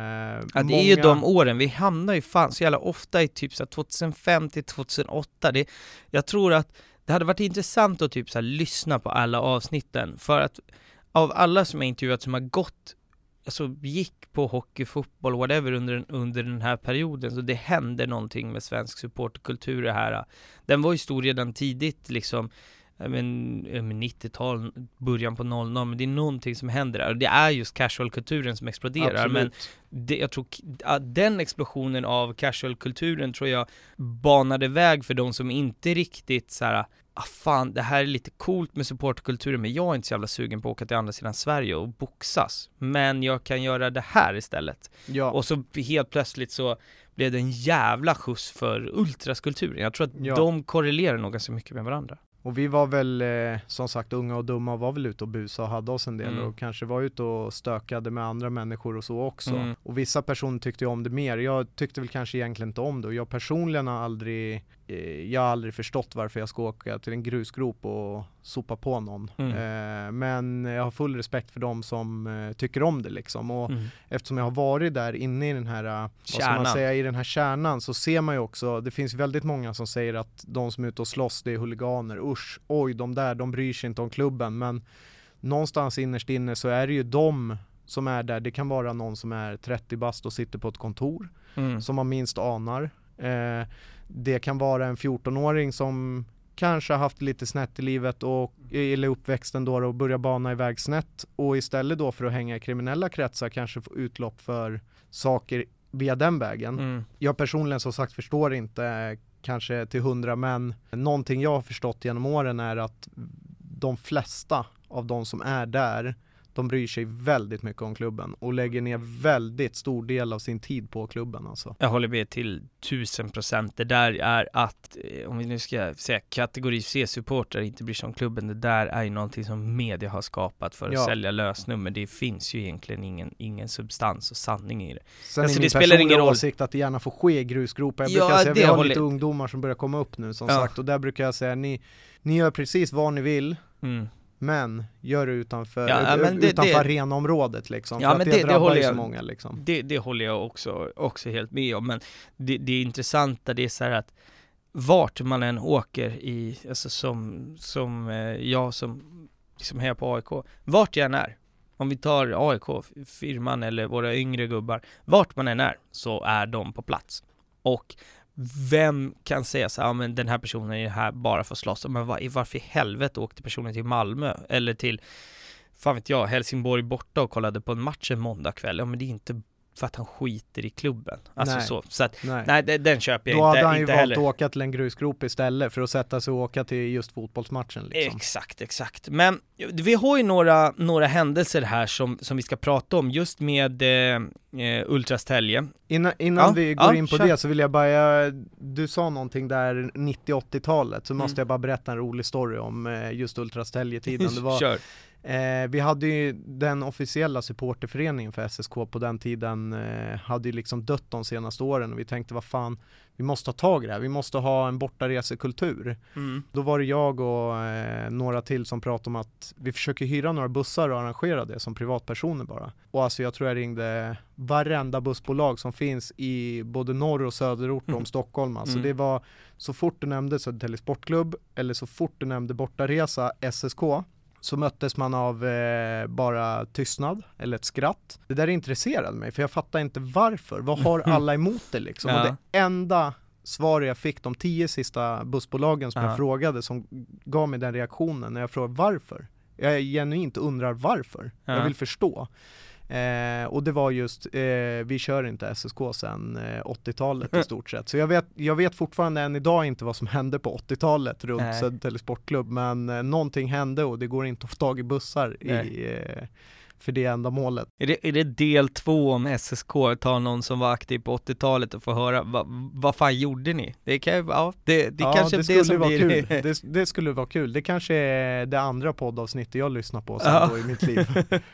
är ju de åren, vi hamnar ju fan så jävla ofta i typ så 2005 till 2008. Jag tror att det hade varit intressant att typ så lyssna på alla avsnitten, för att av alla som jag intervjuat som har gått, alltså gick på hockey, fotboll, whatever under den här perioden, så det hände någonting med svensk supportkultur det här. Den var ju stor redan tidigt liksom, men 90-tal, början på 00, men det är någonting som händer där, och det är just casual-kulturen som exploderar. Absolut. Men jag tror att den explosionen av casual-kulturen tror jag banade väg för de som inte riktigt så här, fan, det här är lite coolt med supportkulturen, men jag är inte så jävla sugen på att åka till andra sidan Sverige och boxas, men jag kan göra det här istället. Ja. Och så helt plötsligt så blev det en jävla skjuts för ultraskulturen. Jag tror att de korrelerar nog ganska mycket med varandra. Och vi var väl som sagt unga och dumma och var väl ute och busa och hade oss en del och kanske var ute och stökade med andra människor och så också. Och vissa personer tyckte om det mer. Jag tyckte väl kanske egentligen inte om det, och jag personligen har aldrig jag har aldrig förstått varför jag ska åka till en grusgrop och sopa på någon. Men jag har full respekt för dem som tycker om det liksom. Och eftersom jag har varit där inne i den här, vad ska man säga, i den här kärnan, så ser man ju också, det finns väldigt många som säger att de som är ute och slåss, det är huliganer. Usch, oj, de bryr sig inte om klubben. Men någonstans innerst inne så är det ju de som är där. Det kan vara någon som är 30 bast och sitter på ett kontor som man minst anar. Det kan vara en 14-åring som kanske har haft lite snett i livet eller uppväxten då och börjar bana iväg snett, och istället då för att hänga i kriminella kretsar kanske få utlopp för saker via den vägen. Jag personligen som sagt förstår inte kanske till 100, men någonting jag har förstått genom åren är att de flesta av de som är där, de bryr sig väldigt mycket om klubben och lägger ner väldigt stor del av sin tid på klubben. Alltså. Jag håller med till 1000%. Det där är att, om vi nu ska säga kategori C-supporter inte bryr sig om klubben, det där är ju någonting som media har skapat för att sälja lösnummer. Det finns ju egentligen ingen substans och sanning i det. Sen alltså, det spelar ingen roll. Åsikt att det gärna får ske i grusgropar. Jag brukar säga, vi har lite ungdomar som börjar komma upp nu som sagt, och där brukar jag säga, ni gör precis vad ni vill. Men gör det utanför arenaområdet liksom. Ja, för men att det drabbar ju så jag, många liksom. Det håller jag också helt med om. Men det intressanta, det är så här att vart man än åker i, alltså som jag som liksom här på AIK, vart jag än är, om vi tar AIK, firman eller våra yngre gubbar, vart man än är så är de på plats. Och vem kan säga så här, men den här personen är här bara för att slåss. Men varför i helvete åkte personen till Malmö eller till, fan vet jag, Helsingborg borta och kollade på en match en måndag kväll? Ja, men det är inte för att han skiter i klubben. Alltså så att, nej, den köper jag då inte. Då hade han ju valt heller att åka till en grusgrop istället för att sätta sig och åka till just fotbollsmatchen. Liksom. Exakt. Men vi har ju några händelser här som vi ska prata om just med Ultrastälje. Innan vi går in på det så vill jag bara, du sa någonting där 90-80-talet, så måste jag bara berätta en rolig story om just Ultrastälje-tiden. Det var, Kör. Vi hade ju den officiella supporterföreningen för SSK på den tiden hade ju liksom dött de senaste åren, och vi tänkte, vad fan, vi måste ta tag i det här, vi måste ha en bortaresekultur. Då var det jag och några till som pratade om att vi försöker hyra några bussar och arrangera det som privatpersoner bara. Och alltså jag tror jag ringde varenda bussbolag som finns i både norr- och söderort om Stockholm. Alltså det var, så fort du nämnde Södertälje Sportklubb eller så fort du nämnde bortaresa SSK, så möttes man av bara tystnad eller ett skratt. Det där intresserade mig, för jag fattar inte varför. Vad har alla emot det liksom? Och det enda svar jag fick, de 10 sista bussbolagen som jag frågade, som gav mig den reaktionen när jag frågade varför. Jag genuint undrar varför. Jag vill förstå. Och det var just, vi kör inte SSK sedan 80-talet i stort sett. Så jag vet fortfarande än idag inte vad som hände på 80-talet runt Södertälje Sportklubb. Men någonting hände och det går inte att få tag i bussar för det ändamålet. Är det del 2 om SSK, ta någon som var aktiv på 80-talet och få höra vad fan gjorde ni? Det kanske det skulle vara kul. Det skulle vara kul. Det kanske är det andra poddavsnittet jag lyssnar på sen då i mitt liv.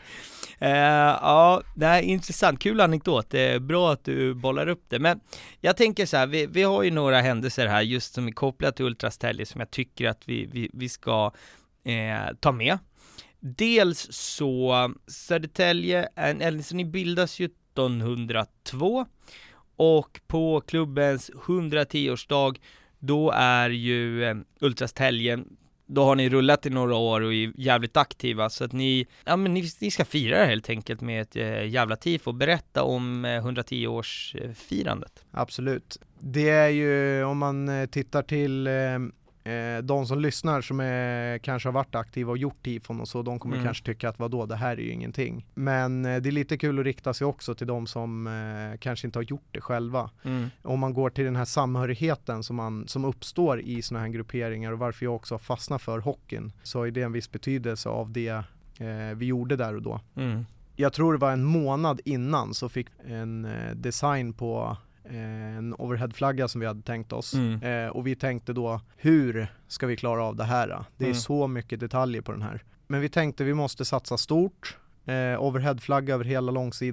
Det är intressant, kul anekdot. Det är bra att du bollar upp det. Men jag tänker så här, vi har ju några händelser här just som är kopplat till Ultrastälje som jag tycker att vi ska ta med. Dels så Södertälje, alltså ni bildas ju 1902 och på klubbens 110-årsdag då är ju Ultrastälje, då har ni rullat i några år och är jävligt aktiva, så att ni ska fira det helt enkelt med ett jävla tifo och berätta om 110-årsfirandet. Absolut. Det är ju, om man tittar till de som lyssnar som kanske har varit aktiva och gjort tifon och så, de kommer kanske tycka att vadå, det här är ju ingenting. Men det är lite kul att rikta sig också till de som kanske inte har gjort det själva. Om man går till den här samhörigheten som uppstår i såna här grupperingar, och varför jag också har fastnat för hockeyn, så är det en viss betydelse av det vi gjorde där och då. Jag tror det var en månad innan så fick en design på en overheadflagga som vi hade tänkt oss. Och vi tänkte då, hur ska vi klara av det här? Det är så mycket detaljer på den här. Men vi tänkte vi måste satsa stort. Overheadflagga över hela långsidan.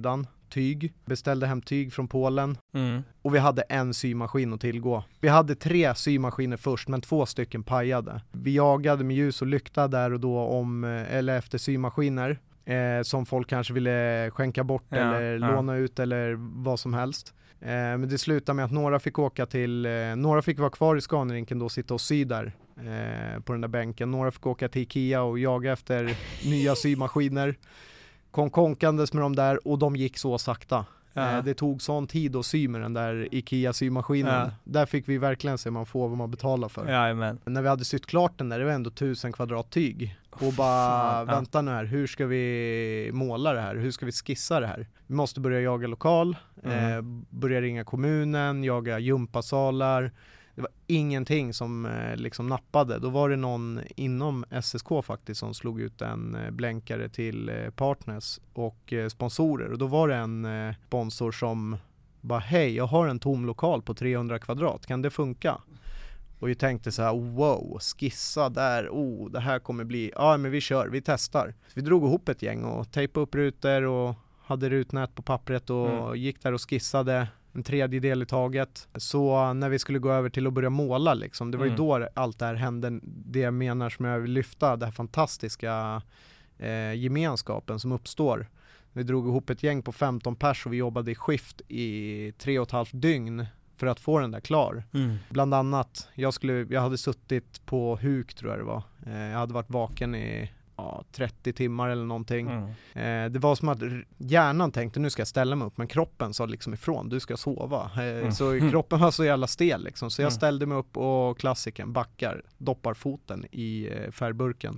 tyg. Beställde hem tyg från Polen. Mm. Och vi hade en symaskin att tillgå. Vi hade 3 symaskiner först, men 2 stycken pajade. Vi jagade med ljus och lykta där och då eller efter symaskiner. Som folk kanske ville skänka bort eller låna ut eller vad som helst. Men det slutade med att några fick vara kvar i Scania-rinken då och sitta och sy där på den där bänken. Några fick åka till Ikea och jaga efter nya symaskiner. Kom konkandes med dem där och de gick så sakta. Det tog sån tid att sy med den där Ikea-symaskinen. Där fick vi verkligen se man får vad man betalar för. Jajamän. När vi hade sytt klart den där, det var ändå 1000 kvadrat tyg. Och bara, vänta nu här, hur ska vi måla det här? Hur ska vi skissa det här? Vi måste börja jaga lokal, börja ringa kommunen, jaga gympasalar. Det var ingenting som liksom nappade. Då var det någon inom SSK faktiskt som slog ut en blänkare till partners och sponsorer. Och då var det en sponsor som bara, hej, jag har en tom lokal på 300 kvadrat, kan det funka? Och vi tänkte så här, wow, skissa där, det här kommer bli, men vi kör, vi testar. Så vi drog ihop ett gäng och tejpade upp rutor och hade rutnät på pappret och gick där och skissade en tredjedel i taget. Så när vi skulle gå över till att börja måla liksom, det var ju då allt det här hände, det jag menar som jag vill lyfta, det här fantastiska gemenskapen som uppstår. Vi drog ihop ett gäng på 15 pers och vi jobbade i skift i 3,5 dygn för att få den där klar. Bland annat, jag hade suttit på huk tror jag det var. Jag hade varit vaken i 30 timmar eller någonting. Det var som att hjärnan tänkte nu ska jag ställa mig upp, men kroppen sa liksom ifrån, du ska sova. Så kroppen var så jävla stel liksom. Så jag ställde mig upp och klassiken backar, doppar foten i färgburken.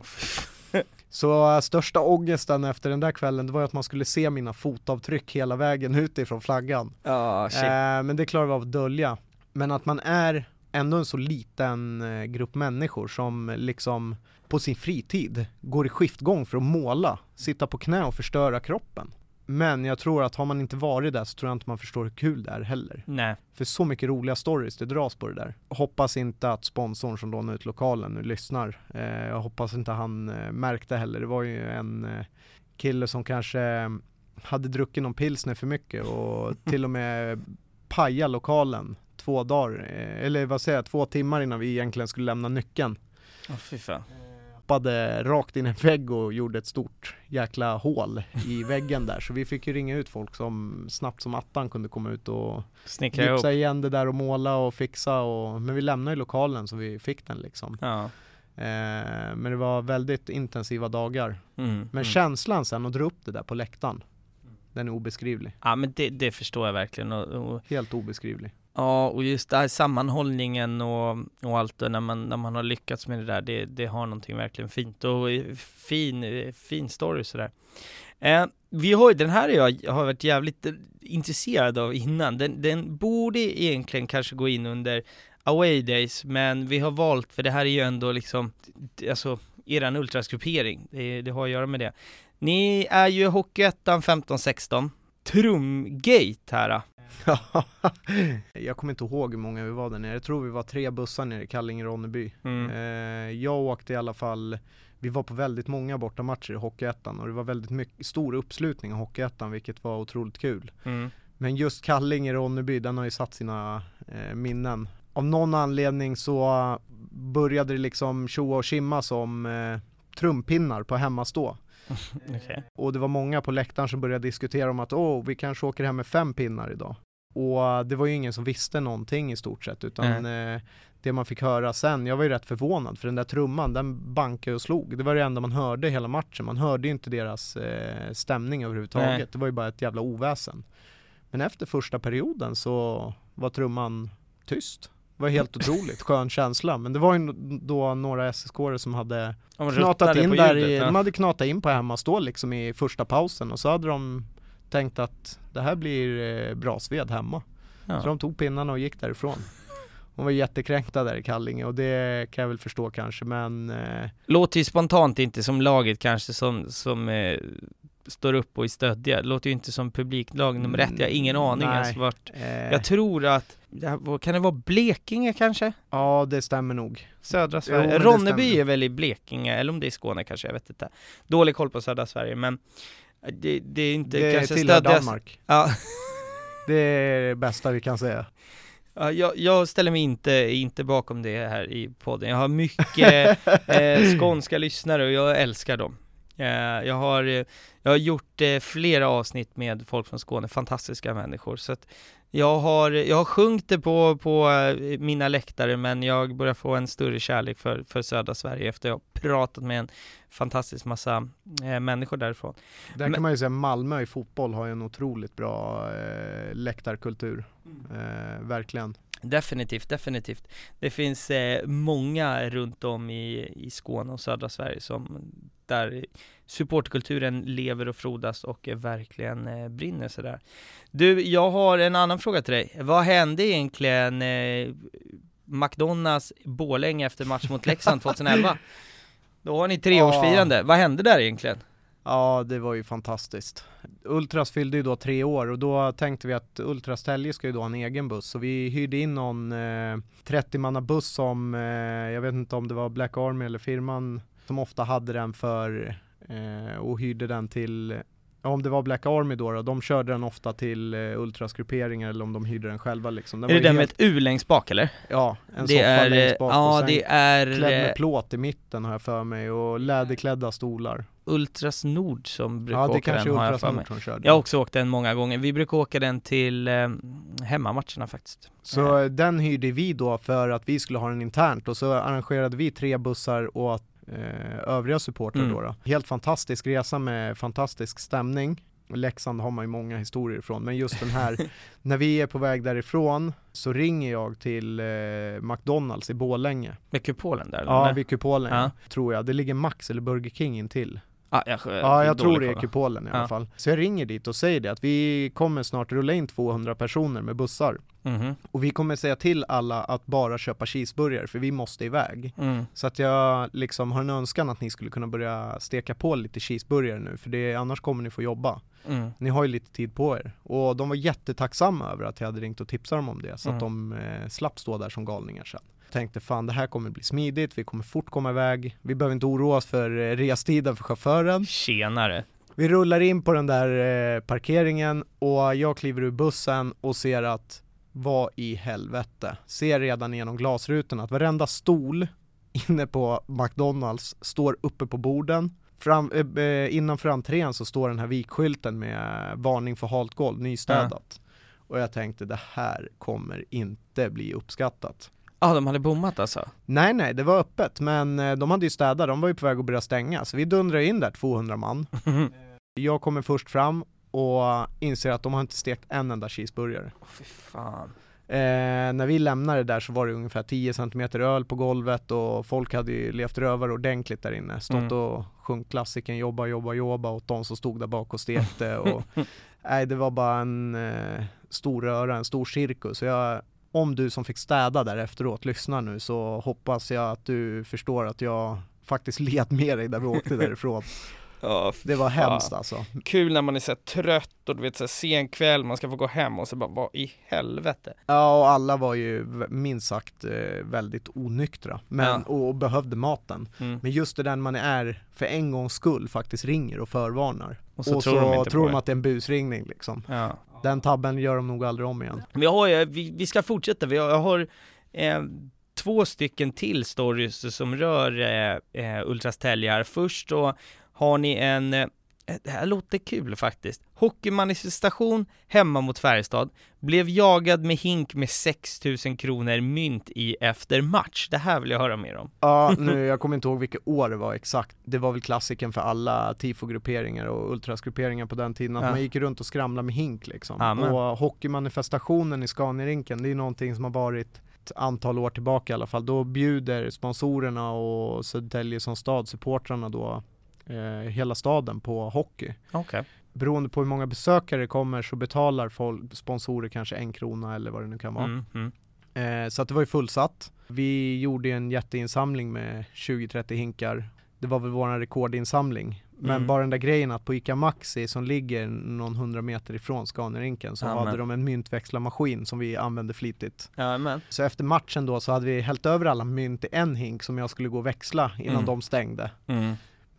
Så största ångesten efter den där kvällen, det var att man skulle se mina fotavtryck hela vägen utifrån flaggan. Men det klarar vi av att dölja. Men att man är ändå en så liten grupp människor som liksom på sin fritid går i skiftgång för att måla, sitta på knä och förstöra kroppen. Men jag tror att har man inte varit där så tror jag inte man förstår hur kul det är heller. Nej. För så mycket roliga stories det dras på det där. Hoppas inte att sponsorn som lånar ut lokalen nu lyssnar. Jag hoppas inte han märkte heller. Det var ju en kille som kanske hade druckit någon pilsner för mycket och till och med paja lokalen 2 dagar, eller 2 timmar innan vi egentligen skulle lämna nyckeln. Fy fan. Hoppade rakt in i en vägg och gjorde ett stort jäkla hål i väggen där. Så vi fick ju ringa ut folk som snabbt som attan kunde komma ut och gipsa igen det där och måla och fixa. Men vi lämnade ju lokalen så vi fick den liksom. Men det var väldigt intensiva dagar. Men känslan sen att dra upp det där på läktaren, den är obeskrivlig. Ja, men det förstår jag verkligen. Helt obeskrivlig. Ja, och just det här sammanhållningen och allt det, när man har lyckats med det där, det har någonting verkligen fint och fin story sådär. Vi har ju den här jag har varit jävligt intresserad av innan. Den borde egentligen kanske gå in under Away Days, men vi har valt, för det här är ju ändå liksom, alltså eran ultrasgruppering, det har att göra med det. Ni är ju Hockeyettan 15-16, Trumgate här. Jag kommer inte ihåg hur många vi var där nere. Jag tror vi var 3 bussar nere i Kallinge-Ronneby. Jag åkte i alla fall, vi var på väldigt många bortamatcher i Hockeyettan och det var väldigt stor uppslutning i Hockeyettan, vilket var otroligt kul. Men just Kallinge-Ronneby, den har ju satt sina minnen. Av någon anledning så började det liksom tjoa och kimma som trumpinnar på hemmastå. Okay. Och det var många på läktaren som började diskutera om att vi kanske åker hem med 5 pinnar idag. Och det var ju ingen som visste någonting i stort sett, utan det man fick höra sen, jag var ju rätt förvånad för den där trumman, den bankade och slog. Det var det enda man hörde hela matchen. Man hörde ju inte deras stämning överhuvudtaget. Det var ju bara ett jävla oväsen. Men efter första perioden så var trumman tyst. Det var helt otroligt, skön känsla. Men det var ju då några SSK-are som hade knatat in där de hade knatat in på hemmastå liksom i första pausen. Och så hade de tänkt att det här blir bra sved hemma. Så de tog pinnarna och gick därifrån. De var jättekränkta där i Kallinge och det kan jag väl förstå kanske, men låter ju spontant inte som laget kanske som står upp och är stöddiga. Det låter ju inte som publiklag nummer 1. Jag har ingen aning ens vart. Jag tror att kan det vara Blekinge kanske? Ja, det stämmer nog. Södra Sverige. Ronneby är väl i Blekinge, eller om det är Skåne kanske, jag vet inte. Dålig koll på södra Sverige, men Det är inte Det kanske tillhör stödjas. Danmark. Ja. Det är det bästa vi kan säga. Ja, jag ställer mig inte bakom det här i podden. Jag har mycket skånska lyssnare och jag älskar dem. Jag har gjort flera avsnitt med folk från Skåne, fantastiska människor. Så att jag har sjungit det på mina läktare, men jag börjar få en större kärlek för södra Sverige efter jag har pratat med en fantastisk massa människor därifrån. Där kan man ju säga Malmö i fotboll har ju en otroligt bra läktarkultur. Verkligen. Definitivt. Det finns många runt om i Skåne och södra Sverige där supportkulturen lever och frodas och verkligen brinner sådär. Du, jag har en annan fråga till dig. Vad hände egentligen McDonalds Borlänge efter match mot Leksand 2011? Då har ni 3-årsfirande. Vad hände där egentligen? Ja, det var ju fantastiskt. Ultras fyllde ju då 3 år och då tänkte vi att Ultras Tälje ska ju då ha en egen buss. Så vi hyrde in någon 30-manna buss som, jag vet inte om det var Black Army eller firman som ofta hade den för och hyrde den till, om det var Black Army då, de körde den ofta till Ultras-grupperingar eller om de hyrde den själva liksom. Den är det den helt... med ett U längst bak eller? Ja, en det soffa är, längst bak ja, och sen det är klädd med plåt i mitten har jag för mig och läderklädda stolar. Ultras Nord som brukar ja, det åka kanske den har jag Ultras för mig. Nord som körde. Jag har också åkt den många gånger. Vi brukar åka den till hemmamatcherna faktiskt. Så den hyrde vi då för att vi skulle ha den internt och så arrangerade vi 3 bussar åt övriga supportrar då. Helt fantastisk resa med fantastisk stämning. Leksand har man ju många historier ifrån, men just den här, när vi är på väg därifrån så ringer jag till McDonalds i Borlänge. Med kupolen där? Ja, eller? vid kupolen tror jag. Det ligger Max eller Burger King in till. Jag tror det är kupolen i alla fall. Så jag ringer dit och säger det att vi kommer snart rulla in 200 personer med bussar. Och vi kommer säga till alla att bara köpa cheeseburgare för vi måste iväg. Så att jag liksom har en önskan att ni skulle kunna börja steka på lite cheeseburgare nu för annars kommer ni få jobba. Ni har ju lite tid på er. Och de var jättetacksamma över att jag hade ringt och tipsat dem om det så att de slapp stå där som galningar sen. Tänkte fan det här kommer bli smidigt, vi kommer fort komma iväg, vi behöver inte oroa oss för restiden för chauffören. Tjenare. Vi rullar in på den där parkeringen och jag kliver ur bussen och ser att vad i helvete, ser redan genom glasrutan att varenda stol inne på McDonalds står uppe på borden. Innanför entrén så står den här vikskylten med varning för halt golv, nystädat. Och jag tänkte det här kommer inte bli uppskattat. Ja, de hade bommat alltså? Nej, det var öppet. Men de hade ju städat, de var ju på väg att börja stänga. Så vi dundrade in där 200 man. Jag kommer först fram och inser att de har inte stekt en enda cheeseburgare. Fy fan. När vi lämnade där så var det ungefär 10 cm öl på golvet och folk hade ju levt rövare ordentligt där inne. Stått och sjungit klassiken jobba och de som stod där bak och stekte. Och, nej, det var bara en stor röra, en stor cirkus. Så om du som fick städa där efteråt lyssnar nu så hoppas jag att du förstår att jag faktiskt led med dig där vi åkte därifrån. Det var hemskt alltså. Kul när man är så trött och du vet så sen kväll man ska få gå hem och så bara vad i helvete. Ja, och alla var ju minst sagt väldigt onyktra och behövde maten. Men just det där man är för en gångs skull faktiskt ringer och förvarnar. Och så tror de att det är en busringning liksom. Ja. Den tabben gör de nog aldrig om igen. Vi ska fortsätta. Jag har 2 stycken till stories som rör Ultras Tälje. Först då har ni det här låter kul faktiskt. Hockeymanifestation hemma mot Färjestad. Blev jagad med hink med 6 000 kronor mynt i efter match. Det här vill jag höra mer om. Ja, jag kommer inte ihåg vilket år det var exakt. Det var väl klassiken för alla tifogrupperingar och ultrasgrupperingar på den tiden. Att man gick runt och skramlade med hink liksom. Och hockeymanifestationen i Scaniarinken, det är någonting som har varit ett antal år tillbaka i alla fall. Då bjuder sponsorerna och Södertälje som stadsupportrarna då hela staden på hockey. Okay. Beroende på hur många besökare kommer så betalar sponsorer kanske 1 krona eller vad det nu kan vara. Så att det var ju fullsatt. Vi gjorde en jätteinsamling med 20-30 hinkar. Det var väl vår rekordinsamling. Men bara den där grejen att på ICA Maxi som ligger någon 100 meter ifrån Scaniarinken så hade de en myntväxlarmaskin som vi använde flitigt. Så efter matchen då så hade vi hällt över alla mynt i en hink som jag skulle gå och växla innan de stängde.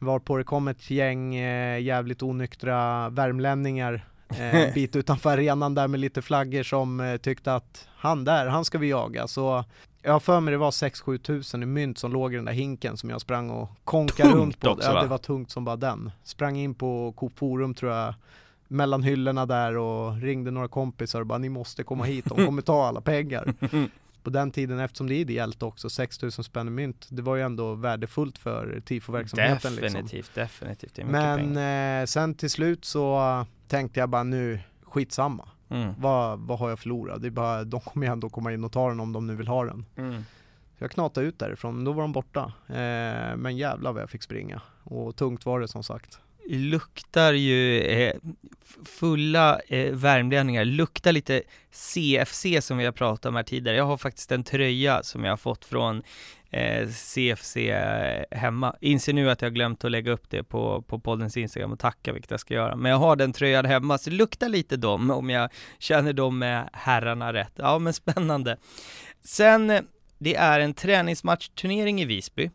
Varpå det kom ett gäng jävligt onyktra värmlänningar en bit utanför arenan där med lite flaggor som tyckte att han ska vi jaga. Så jag har för mig det var 6-7 tusen i mynt som låg i den där hinken som jag sprang och konkade runt på. Också, det var tungt som bara den. Sprang in på Coop Forum tror jag, mellan hyllorna där och ringde några kompisar och bara ni måste komma hit, de kommer ta alla pengar. På den tiden, eftersom det är ideellt också, 6 000 spänn i mynt, det var ju ändå värdefullt för TIFO-verksamheten. Definitivt. Det är mycket men pengar. Sen till slut så tänkte jag bara nu, skitsamma. Vad har jag förlorat? Det är bara, de kommer ju ändå komma in och ta den om de nu vill ha den. Så jag knatade ut därifrån, men då var de borta. Men jävlar vad jag fick springa. Och tungt var det som sagt. Luktar ju fulla värmlänningar, luktar lite CFC som vi har pratat om här tidigare. Jag har faktiskt en tröja som jag har fått från CFC hemma. Inser nu att jag har glömt att lägga upp det på poddens Instagram och tacka, vilket jag ska göra. Men jag har den tröjan hemma, så det luktar lite dem om jag känner dem med herrarna rätt. Ja, men spännande. Sen, det är en träningsmatchturnering i Visby.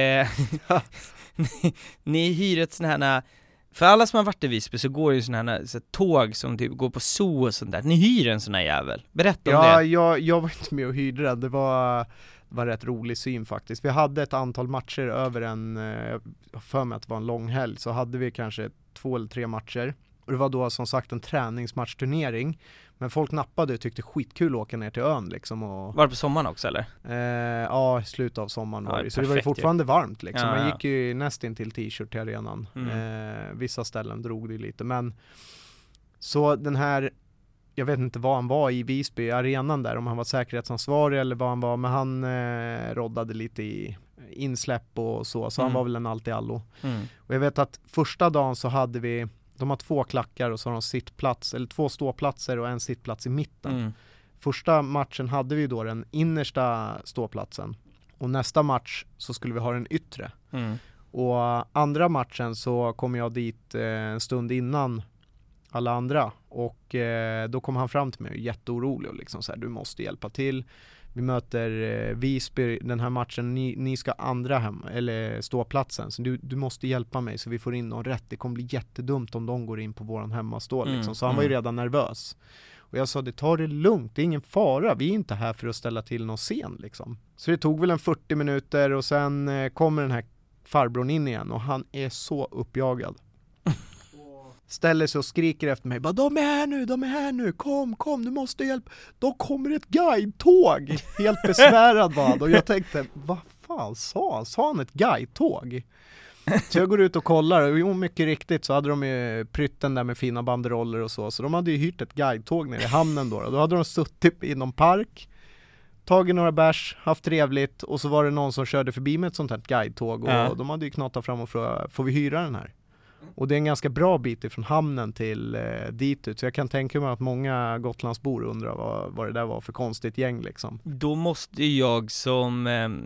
Ni hyr ett sån här, för alla som har varit i Visby så går det ju sån här tåg som typ går på zoo och sånt där. Ni hyr en sån här jävel. Berätta om det. Jag var inte med och hyrde den. Det var rätt rolig syn faktiskt. Vi hade ett antal matcher över för mig att det var en lång helg, så hade vi kanske 2 eller 3 matcher. Och det var då som sagt en träningsmatchturnering. Men folk nappade och tyckte skitkul att åka ner till ön liksom. Och var det på sommaren också eller? Ja, i slutet av sommaren var det. Så det var ju fortfarande varmt liksom. Man gick ju nästan till t-shirt till arenan. Vissa ställen drog det lite. Men så den här, jag vet inte vad han var i Visby arenan där, om han var säkerhetsansvarig eller vad han var, men han roddade lite i insläpp och så han var väl en allt-i-allo. Och jag vet att första dagen så hade de har 2 klackar och så har de sittplats, eller 2 ståplatser och en sittplats i mitten. Första matchen hade vi då den innersta ståplatsen och nästa match så skulle vi ha den yttre. Och andra matchen så kom jag dit en stund innan alla andra och då kom han fram till mig och jätteorolig och liksom så här, du måste hjälpa till. Vi möter Visby den här matchen, ni ska andra hem eller ståplatsen, så du måste hjälpa mig så vi får in någon rätt. Det kommer bli jättedumt om de går in på våran hemmastå liksom. Så han var ju redan nervös. Och jag sa, det tar det lugnt, det är ingen fara, vi är inte här för att ställa till någon scen liksom. Så det tog väl en 40 minuter och sen kommer den här farbrorn in igen och han är så uppjagad. Ställer sig och skriker efter mig. Bara, de är här nu. Kom, du måste hjälpa. Då kommer ett guidetåg. Helt besvärad var han. Och jag tänkte, vad fan sa han? Sa han ett guidetåg? Så jag går ut och kollar. Och jo, mycket riktigt så hade de ju prytten där med fina banderoller och så. Så de hade ju hyrt ett guidetåg nere i hamnen då. Då hade de suttit i någon park, tagit några bärs, haft trevligt. Och så var det någon som körde förbi med ett sånt här guidetåg. Och de hade ju knatat fram och frågat, får vi hyra den här? Och det är en ganska bra bit ifrån hamnen till dit ut. Så jag kan tänka mig att många Gotlandsbor undrar vad det där var för konstigt gäng liksom. Då måste jag som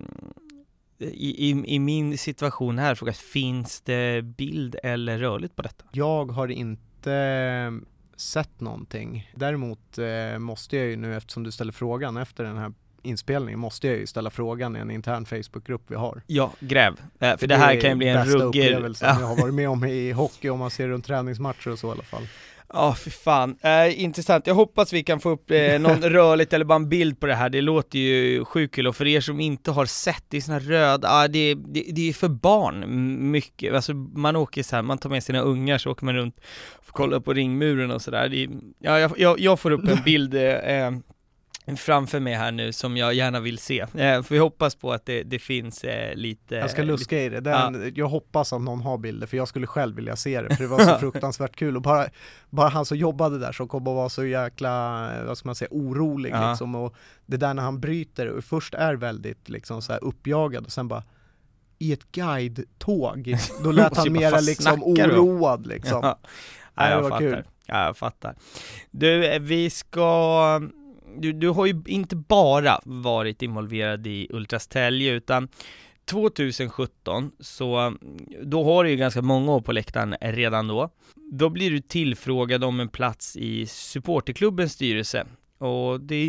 i min situation här fråga, finns det bild eller rörligt på detta? Jag har inte sett någonting. Däremot måste jag ju nu, eftersom du ställer frågan efter den här inspelningen, måste jag ju ställa frågan i en intern Facebookgrupp vi har. Ja, gräv. För det här kan ju bli en rugger. Jag har varit med om i hockey, om man ser runt träningsmatcher och så i alla fall. Ja, för fan. Intressant. Jag hoppas vi kan få upp någon rörligt eller bara en bild på det här. Det låter ju sjukt kul. Och för er som inte har sett, det är såna röd, det är för barn mycket. Alltså man åker så här, man tar med sina ungar så åker man runt och kollar på ringmuren och sådär. Jag får upp en bild framför mig här nu som jag gärna vill se. För vi hoppas på att det finns lite... Jag ska luska i det. Jag hoppas att någon har bilder, för jag skulle själv vilja se det. För det var så fruktansvärt kul. Och bara han som jobbade där så kommer att vara så jäkla, vad ska man säga, orolig liksom. Och det där när han bryter och först är väldigt liksom så här uppjagad och sen bara i ett guide-tåg. Då lät han mera liksom oroad liksom. Jag fattar. Kul. Jag fattar. Du, vi ska... Du har ju inte bara varit involverad i Ultrastälje, utan 2017 så då har du ju ganska många år på läktaren redan då. Då blir du tillfrågad om en plats i supporterklubbens styrelse och det är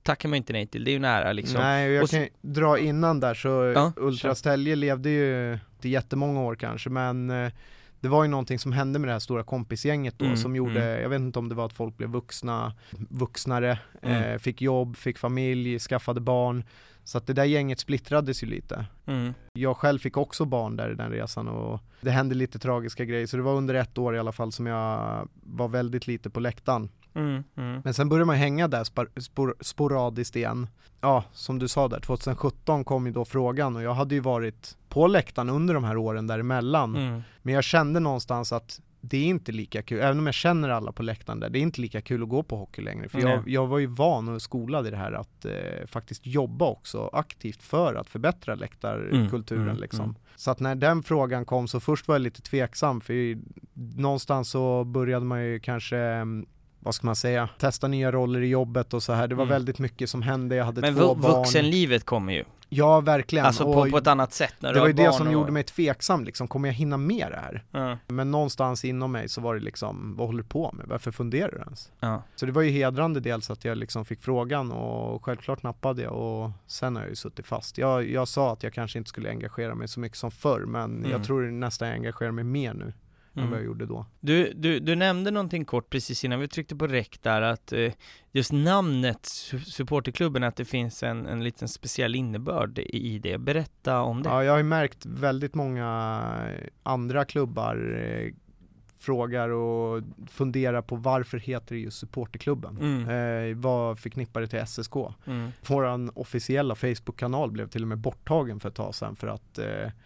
tackar man inte nej till, det är ju nära liksom. Nej, jag Och kan dra innan där så Ja, Ultrastälje levde ju inte jättemånga år kanske, men det var ju någonting som hände med det här stora kompisgänget då som gjorde, jag vet inte om det var att folk blev vuxnare, fick jobb, fick familj, skaffade barn. Så att det där gänget splittrades ju lite. Jag själv fick också barn där i den resan och det hände lite tragiska grejer. Så det var under 1 år i alla fall som jag var väldigt lite på läktaren. Men sen började man hänga där sporadiskt igen. Ja, som du sa där, 2017 kom ju då frågan och jag hade ju varit på läktaren under de här åren däremellan. Men jag kände någonstans att det är inte lika kul, även om jag känner alla på läktaren där, det är inte lika kul att gå på hockey längre. För jag var ju van och skolad i det här att faktiskt jobba också aktivt för att förbättra läktarkulturen liksom. Så att när den frågan kom så först var jag lite tveksam, för någonstans så började man ju kanske, vad ska man säga, testa nya roller i jobbet och så här. Det var väldigt mycket som hände, jag hade 2 barn. Men vuxenlivet kommer ju. Ja, verkligen. Alltså på ett annat sätt när det var ju det som och gjorde mig tveksam liksom, kommer jag hinna med det här? Men någonstans inom mig så var det liksom, vad håller du på med? Varför funderar du ens? Så det var ju hedrande dels att jag liksom fick frågan och självklart nappade jag och sen har jag ju suttit fast. Jag sa att jag kanske inte skulle engagera mig så mycket som förr, men jag tror nästan jag engagerar mig mer nu än vad jag gjorde då. Du nämnde någonting kort precis innan vi tryckte på räck där, att just namnet supporterklubben, att det finns en liten speciell innebörd i det. Berätta om det. Ja, jag har ju märkt väldigt många andra klubbar frågar och funderar på varför heter det just supporterklubben. Vad förknippar det till SSK? Våran officiella Facebook-kanal blev till och med borttagen för ett tag sedan för att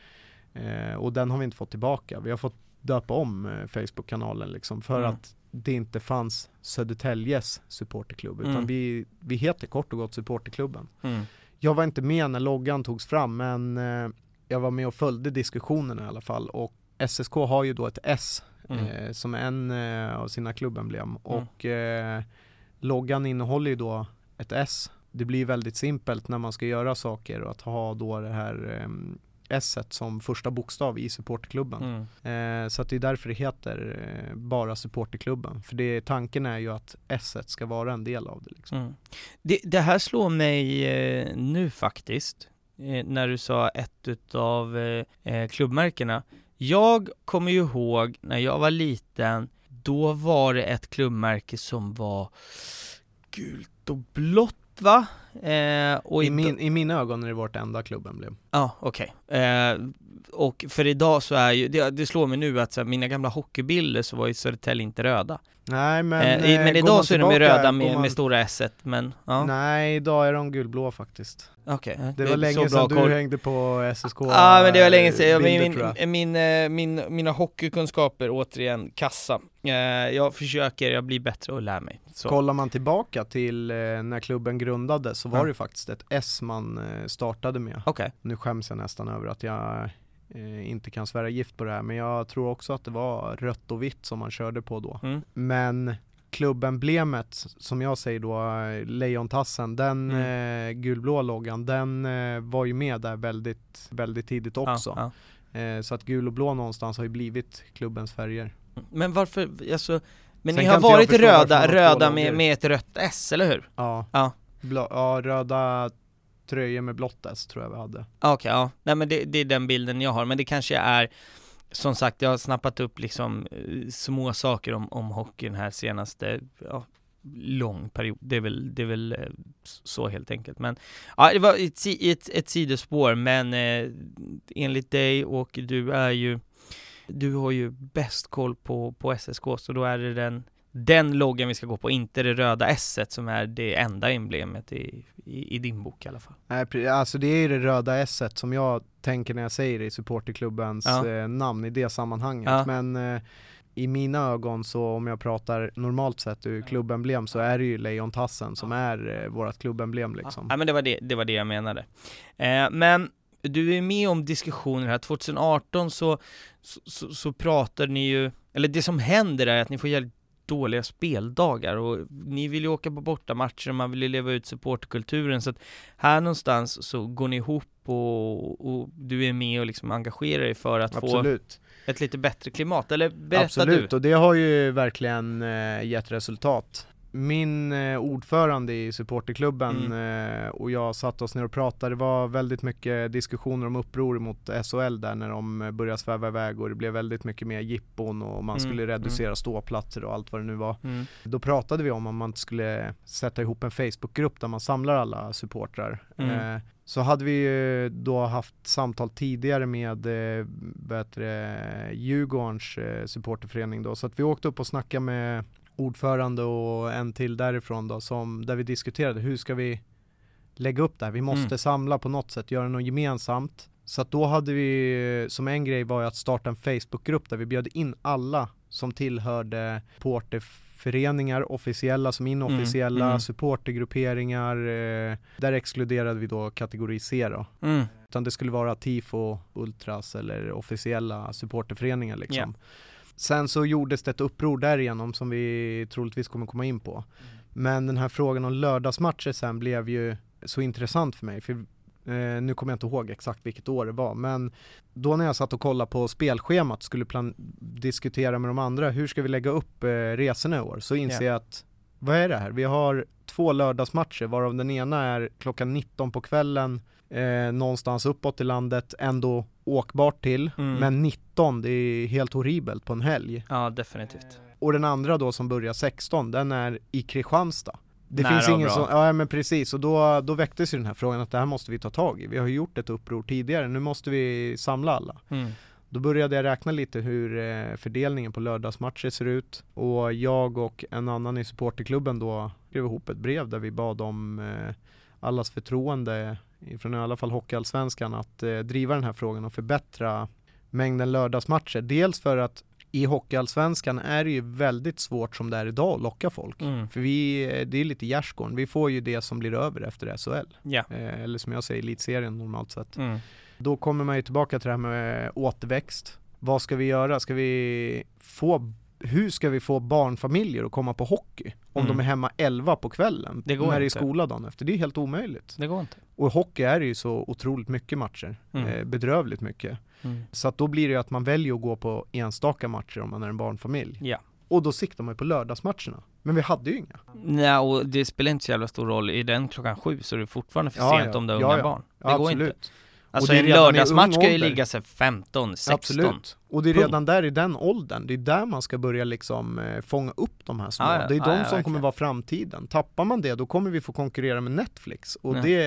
och den har vi inte fått tillbaka. Vi har fått döpa om Facebook-kanalen liksom för att det inte fanns Södertäljes supporterklubb utan vi heter kort och gott supporterklubben. Jag var inte med när loggan togs fram, men jag var med och följde diskussionerna i alla fall, och SSK har ju då ett S som en av sina klubbemblem och loggan innehåller ju då ett S. Det blir väldigt simpelt när man ska göra saker och att ha då det här S-et som första bokstav i supporterklubben. Så att det är därför det heter bara supporterklubben. För tanken är ju att S-et ska vara en del av det liksom. Det här slår mig nu faktiskt, när du sa ett av klubbmärkena. Jag kommer ju ihåg när jag var liten, då var det ett klubbmärke som var gult och blått, va? Och I mina ögon är det vårt enda klubbemblem. Ja, okej. Och för idag så är ju, det slår mig nu att så här, mina gamla hockeybilder så var ju Södertälje inte röda. Nej, men idag så är de ju röda med stora S-et, men ja. Nej, idag är de gulblå faktiskt. Okay, det var länge sedan du hängde på SSK. Ja, men det var länge sedan. Mina hockeykunskaper återigen kassa. Jag blir bättre och lär mig. Så. Kollar man tillbaka till när klubben grundades så var det faktiskt ett S man startade med. Okay. Nu skäms jag nästan över att jag inte kan svära gift på det här, men jag tror också att det var rött och vitt som man körde på då. Men klubbemblemet, som jag säger då, lejontassen, den gulblå loggan, den var ju med där väldigt, väldigt tidigt också. Så att gul och blå någonstans har ju blivit klubbens färger. Men varför, alltså, men ni har varit röda med ett rött S, eller hur? Ja. Röda tröjor med blått S tror jag vi hade. Okej, ja. Nej, men det är den bilden jag har, men det kanske är, som sagt, jag har snappat upp liksom små saker om hockeyn här senaste lång period. Det är väl så helt enkelt. Men ja, det var ett sidospår, men enligt dig, och du har ju bäst koll på SSK, så då är det den loggan vi ska gå på, inte det röda S-et som är det enda emblemet i din bok i alla fall. Nej, alltså det är ju det röda S-et som jag tänker när jag säger det i supporterklubbens namn i det sammanhanget. Ja. Men i mina ögon, så om jag pratar normalt sett ur klubbemblem, så är det ju lejontassen som är vårt klubbemblem liksom. Ja, men det var det jag menade. Men du är med om diskussioner här. 2018 så pratar ni ju, eller det som händer är att ni får jävligt dåliga speldagar och ni vill ju åka på bortamatcher och man vill ju leva ut supportkulturen, så att här någonstans så går ni ihop och du är med och liksom engagerar dig för att få ett lite bättre klimat, eller berätta. Absolut, och det har ju verkligen gett resultat. min ordförande i supporterklubben och jag satt oss ner och pratade. Det var väldigt mycket diskussioner om uppror mot SHL där när de började sväva iväg och det blev väldigt mycket mer jippon och man skulle reducera ståplatser och allt vad det nu var. Då pratade vi om man skulle sätta ihop en Facebookgrupp där man samlar alla supportrar. Så hade vi då haft samtal tidigare med Djurgårdens supporterförening då, så att vi åkte upp och snackade med ordförande och en till därifrån då, där vi diskuterade hur ska vi lägga upp det här. Vi måste samla på något sätt, göra något gemensamt. Så att då hade vi, som en grej var att starta en Facebookgrupp där vi bjöd in alla som tillhörde supporterföreningar, officiella som inofficiella, supportergrupperingar. Där exkluderade vi då kategori C då. Utan det skulle vara tifo, ultras eller officiella supporterföreningar liksom. Yeah. Sen så gjordes det ett uppror därigenom som vi troligtvis kommer komma in på. Men den här frågan om lördagsmatcher sen blev ju så intressant för mig. För nu kommer jag inte ihåg exakt vilket år det var. Men då när jag satt och kollade på spelschemat skulle diskutera med de andra. Hur ska vi lägga upp resorna i år? Så inser jag att, vad är det här? Vi har 2 lördagsmatcher varav den ena är klockan 19 på kvällen. Någonstans uppåt i landet, ändå åkbart till, men 19, det är helt horribelt på en helg. Ja, definitivt. Och den andra då som börjar 16, den är i Kristianstad. Det nära finns ingen bra. ja men precis, och då väcktes ju den här frågan att det här måste vi ta tag i. Vi har ju gjort ett uppror tidigare, nu måste vi samla alla. Då började jag räkna lite hur fördelningen på lördagsmatcher ser ut, och jag och en annan i supporterklubben då skrev ihop ett brev där vi bad om allas förtroende från i alla fall Hockeyallsvenskan att driva den här frågan och förbättra mängden lördagsmatcher. Dels för att i Hockeyallsvenskan är det ju väldigt svårt som det är idag att locka folk. För det är lite gärdsgården. Vi får ju det som blir över efter SHL. Eller som jag säger, elitserien normalt sett. Då kommer man ju tillbaka till det här med återväxt. Vad ska vi göra? Hur ska vi få barnfamiljer att komma på hockey om de är hemma 11 på kvällen det går när det är inte. Skola dagen efter? Det är helt omöjligt. Det går inte. Och hockey är ju så otroligt mycket matcher. Bedrövligt mycket. Så att då blir det ju att man väljer att gå på enstaka matcher om man är en barnfamilj. Ja. Och då siktar man ju på lördagsmatcherna. Men vi hade ju inga. Nej, och det spelar inte så jävla stor roll. I den klockan 7 så är det fortfarande för sent om du har unga barn. Det går absolut. Inte. Alltså och en lördagsmatch ska ju ligga sig 15, 16. Absolut. Och det är redan där i den åldern. Det är där man ska börja liksom fånga upp de här små. Det är de som kommer vara framtiden. Tappar man det, då kommer vi få konkurrera med Netflix. Och det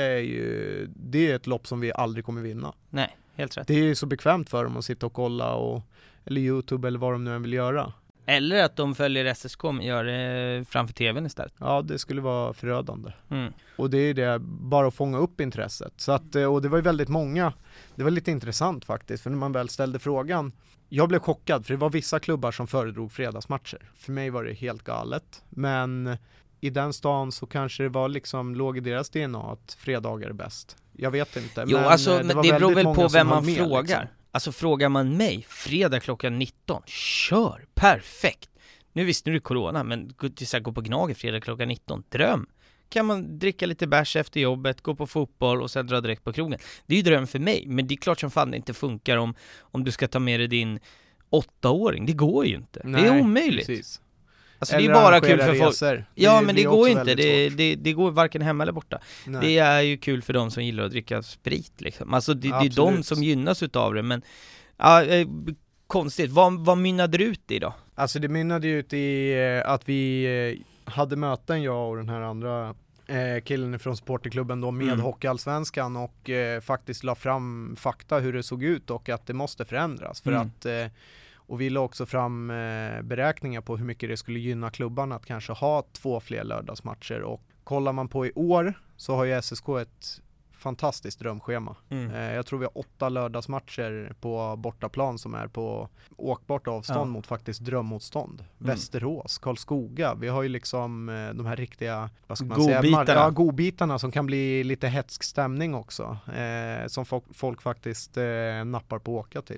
är ett lopp som vi aldrig kommer vinna. Nej, helt rätt. Det är ju så bekvämt för dem att sitta och kolla eller YouTube eller vad de nu än vill göra. Eller att de följer SSK och gör det framför tvn istället. Ja, det skulle vara förödande. Och det är det, bara att fånga upp intresset. Så att, och det var ju väldigt många, det var lite intressant faktiskt, för när man väl ställde frågan, jag blev chockad för det var vissa klubbar som föredrog fredagsmatcher. För mig var det helt galet, men i den stan så kanske det var liksom, låg i deras DNA att fredagar är bäst. Jag vet inte. Jo, men alltså, det beror väl på vem man frågar. Liksom. Alltså frågar man mig, fredag klockan 19, kör, perfekt. Nu visst, nu är det corona, men gå på Gnaget fredag klockan 19, dröm. Kan man dricka lite bärs efter jobbet, gå på fotboll och sen dra direkt på krogen. Det är ju dröm för mig, men det är klart som fan det inte funkar om du ska ta med dig din 8-åring. Det går ju inte. Nej, det är omöjligt. Precis. Alltså det är bara kul för folk. Resor. Ja, men det går inte. Det går varken hemma eller borta. Nej. Det är ju kul för de som gillar att dricka sprit liksom. Alltså det är de som gynnas utav det, men konstigt. Vad mynnade det ut i då? Alltså det mynnade ut i att vi hade möten, jag och den här andra killen från supporterklubben då med Hockeyallsvenskan och faktiskt la fram fakta hur det såg ut och att det måste förändras för att och vi la också fram beräkningar på hur mycket det skulle gynna klubbarna att kanske ha 2 fler lördagsmatcher. Och kollar man på i år så har ju SSK ett fantastiskt drömschema. Jag tror vi har 8 lördagsmatcher på bortaplan som är på åkbart avstånd mot faktiskt drömmotstånd. Västerås, Karlskoga. Vi har ju liksom de här riktiga, vad ska man säga, godbitarna som kan bli lite hetsk stämning också. Som folk faktiskt nappar på att åka till.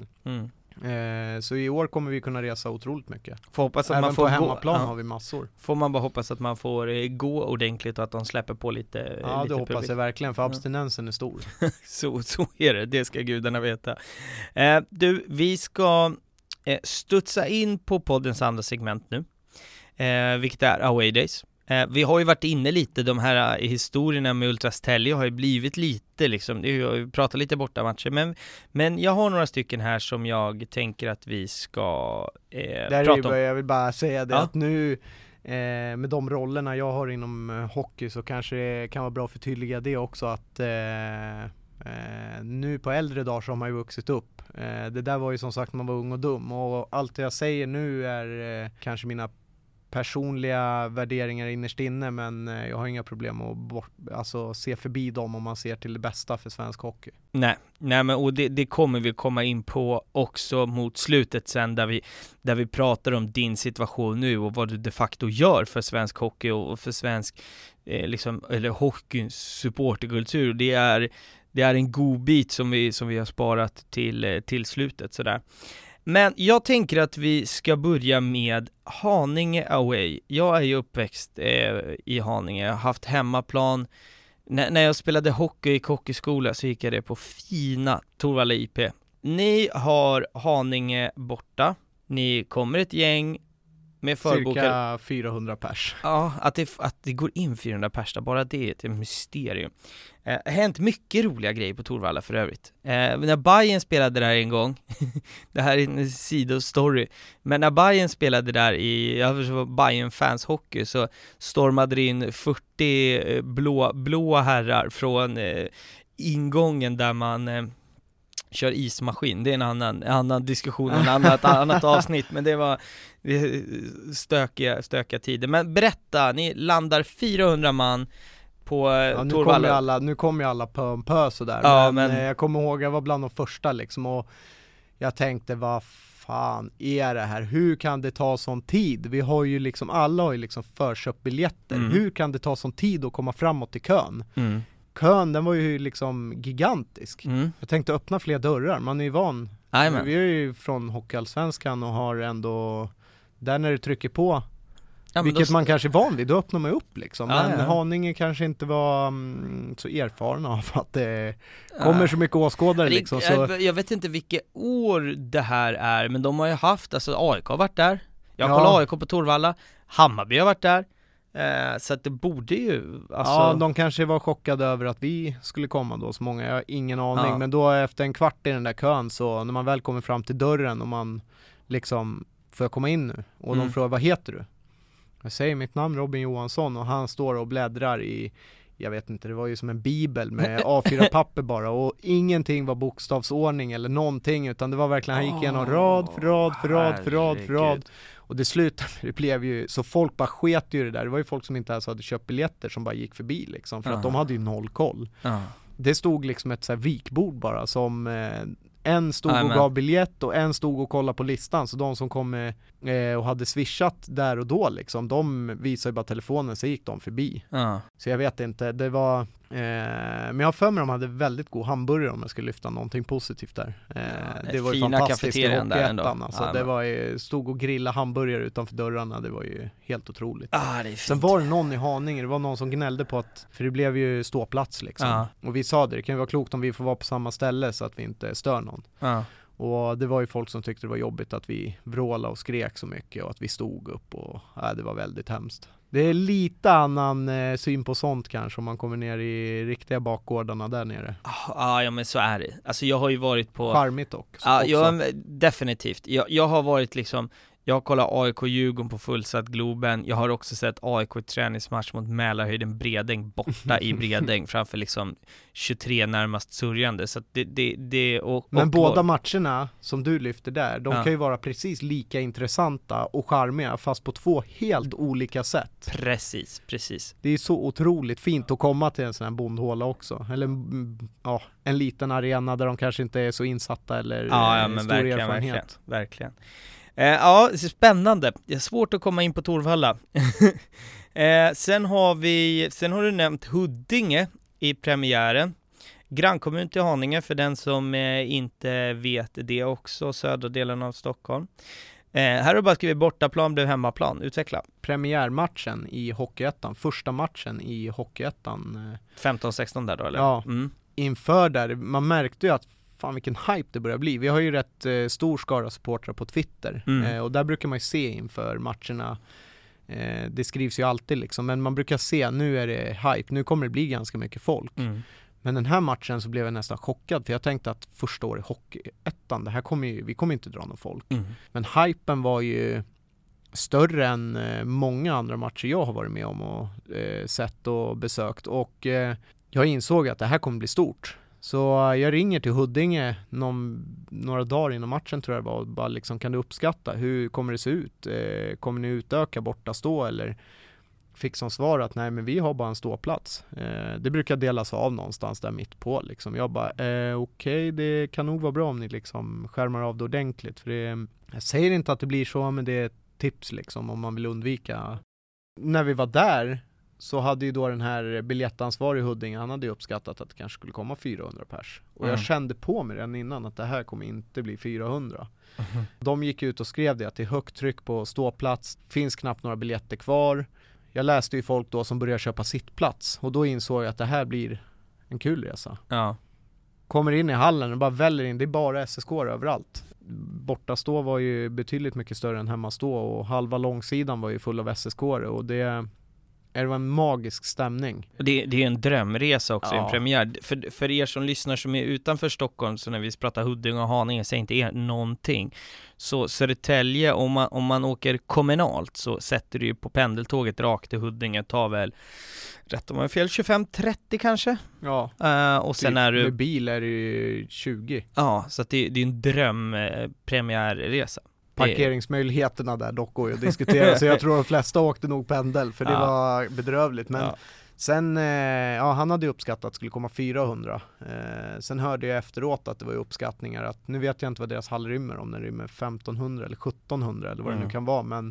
Så i år kommer vi kunna resa otroligt mycket. Får hoppas att även man får på hemmaplan har vi massor. Får man bara hoppas att man får gå ordentligt och att de släpper på lite. Ja, lite det hoppas jag verkligen, för abstinensen är stor. Så är det ska gudarna veta. Du, vi ska studsa in på poddens andra segment nu, vilket är Away Days. Vi har ju varit inne lite, de här historierna med Ultrastelli har ju blivit lite liksom, vi pratar lite borta matcher, men jag har några stycken här som jag tänker att vi ska prata om. Jag vill bara säga det att nu med de rollerna jag har inom hockey så kanske det kan vara bra att förtydliga det också att nu på äldre dagar så har man ju vuxit upp. Det där var ju som sagt när man var ung och dum, och allt det jag säger nu är kanske mina personliga värderingar innerst inne, men jag har inga problem att se förbi dem om man ser till det bästa för svensk hockey. Nej men och det kommer vi komma in på också mot slutet sen, där vi pratar om din situation nu och vad du de facto gör för svensk hockey och för svensk eller hockeyns supporterkultur. Det är en god bit som vi har sparat till slutet sådär. Men jag tänker att vi ska börja med Haninge away. Jag är ju uppväxt i Haninge. Jag har haft hemmaplan. När jag spelade hockey i hockeyskola så gick jag det på fina Torvalla IP. Ni har Haninge borta. Ni kommer ett gäng med förbokade... Cirka 400 pers. Ja, att det går in 400 pers där, bara det är ett mysterium. Det har hänt mycket roliga grejer på Torvalla för övrigt. När Bayern spelade där en gång, det här är en sidostory, men när Bayern spelade där i Bayern fans hockey så stormade det in 40 blåa herrar från ingången där man kör ismaskin. Det är en annan diskussion, annat avsnitt, men det var stökiga tider. Men berätta, ni landar 400 man på Torvalla. Nu kommer ju alla pö sådär. Ja, men jag kommer ihåg, jag var bland de första liksom, och jag tänkte, vad fan är det här? Hur kan det ta sån tid? Vi har ju liksom, alla har ju liksom förköpt biljetter. Hur kan det ta sån tid att komma framåt i kön? Kön, den var ju liksom gigantisk. Jag tänkte öppna fler dörrar. Man är ju van. Vi är ju från Hockeyallsvenskan och har ändå, där när du trycker på, vilket man kanske är van vid, då öppnar man upp liksom. Men Haninge kanske inte var så erfaren av att det kommer så mycket åskådare liksom. Jag vet inte vilket år det här är, men de har ju haft, alltså AIK har varit där. Jag kollar AIK på Torvalla. Hammarby har varit där. Så att det borde ju de kanske var chockade över att vi skulle komma då, så många, jag har ingen aning, men då efter en kvart i den där kön, så när man väl kommer fram till dörren och man liksom, får jag komma in nu? Och de frågar, vad heter du? Jag säger mitt namn, Robin Johansson, och han står och bläddrar i, jag vet inte, det var ju som en bibel med A4-papper bara, och ingenting var bokstavsordning eller någonting, utan det var verkligen, han gick igenom rad för rad. Och det slutade, det blev ju, så folk bara sket ju det där. Det var ju folk som inte ens hade köpt biljetter som bara gick förbi liksom, för att de hade ju noll koll. Det stod liksom ett så här vikbord bara, som en stod och gav biljett och en stod och kollade på listan. Så de som kom och hade swishat där och då liksom, de visade ju bara telefonen, så gick de förbi. Så jag vet inte, det var men jag har för mig de hade väldigt god hamburgare, om jag skulle lyfta någonting positivt där. Det var ju fantastiskt i Hockeyettan alltså. Det var ju, stod och grilla hamburgare utanför dörrarna, det var ju helt otroligt. Sen var det någon i Haninge, det var någon som gnällde på att, för det blev ju ståplats liksom. Och vi sa det kan ju vara klokt om vi får vara på samma ställe så att vi inte stör någon. Och det var ju folk som tyckte det var jobbigt att vi vrålade och skrek så mycket och att vi stod upp, och det var väldigt hemskt. Det är lite annan syn på sånt kanske om man kommer ner i riktiga bakgårdarna där nere. Ja, men så är det. Alltså jag har ju varit på... Charmigt också. Ja, definitivt. Jag har varit liksom... Jag har kollat AIK-Djurgården på fullsatt Globen. Jag har också sett AIK-träningsmatch mot Mälarhöjden Bredäng borta i Bredäng framför liksom 23 närmast sörjande. Så att men båda matcherna som du lyfter där, de kan ju vara precis lika intressanta och charmiga, fast på två helt olika sätt. Precis. Det är så otroligt fint att komma till en sån här bondhåla också. Eller en liten arena där de kanske inte är så insatta eller stor erfarenhet. Verkligen. Ja, det är spännande. Det är svårt att komma in på Torvalla. Sen har du nämnt Huddinge i premiären. Grannkommun till Haninge för den som inte vet det också, södra delen av Stockholm. Här har du bara skrivit bortaplan blev hemmaplan. Utveckla. Premiärmatchen i Hockeyettan, första matchen i Hockeyettan. 15-16 där då, eller? Ja, inför där, man märkte ju att fan vilken hype det börjar bli. Vi har ju rätt stor skara supportrar på Twitter och där brukar man ju se inför matcherna Det skrivs ju alltid liksom, men man brukar se, nu är det hype, nu kommer det bli ganska mycket folk. Men den här matchen så blev jag nästan chockad, för jag tänkte att första året i Hockeyettan, det här vi kommer inte dra någon folk. Men hypen var ju större än många andra matcher jag har varit med om och sett och besökt, och jag insåg att det här kommer bli stort. Så jag ringer till Huddinge några dagar innan matchen, tror jag det var, och bara liksom, kan du uppskatta, hur kommer det se ut? Kommer ni utöka borta stå, eller fick som svar att nej, men vi har bara en ståplats. Det brukar delas av någonstans där mitt på liksom. Jag bara okej, det kan nog vara bra om ni liksom skärmar av det ordentligt, för jag säger inte att det blir så, men det är ett tips liksom om man vill undvika. När vi var där så hade ju då den här biljettansvarig i Huddinge, han hade ju uppskattat att det kanske skulle komma 400 pers. Och jag kände på mig redan innan att det här kommer inte bli 400. De gick ut och skrev det att det är högt tryck på ståplats, finns knappt några biljetter kvar. Jag läste ju folk då som började köpa sittplats, och då insåg jag att det här blir en kul resa. Ja. Kommer in i hallen och bara väller in, det är bara SSK överallt. Bortastå var ju betydligt mycket större än hemmastå, och halva långsidan var ju full av SSK, och det var en magisk stämning. Det är en drömresa också, en premiär. För er som lyssnar som är utanför Stockholm, så när vi pratar Huddinge och Haninge, säger inte er någonting. Så Södertälje, om man åker kommunalt, så sätter du ju på pendeltåget rakt till Huddinge, tar väl, rätt om jag är fel, 25-30 kanske. Ja, och sen är du... med bil är det ju 20. Ja, så att det är en drömpremiärresa. Parkeringsmöjligheterna där dock går ju att diskutera, så jag tror de flesta åkte nog pendel, för det var bedrövligt. Men sen, han hade ju uppskattat att det skulle komma 400. Sen hörde jag efteråt att det var ju uppskattningar att, nu vet jag inte vad deras hall rymmer, om den rymmer 1500 eller 1700 eller vad det nu kan vara, men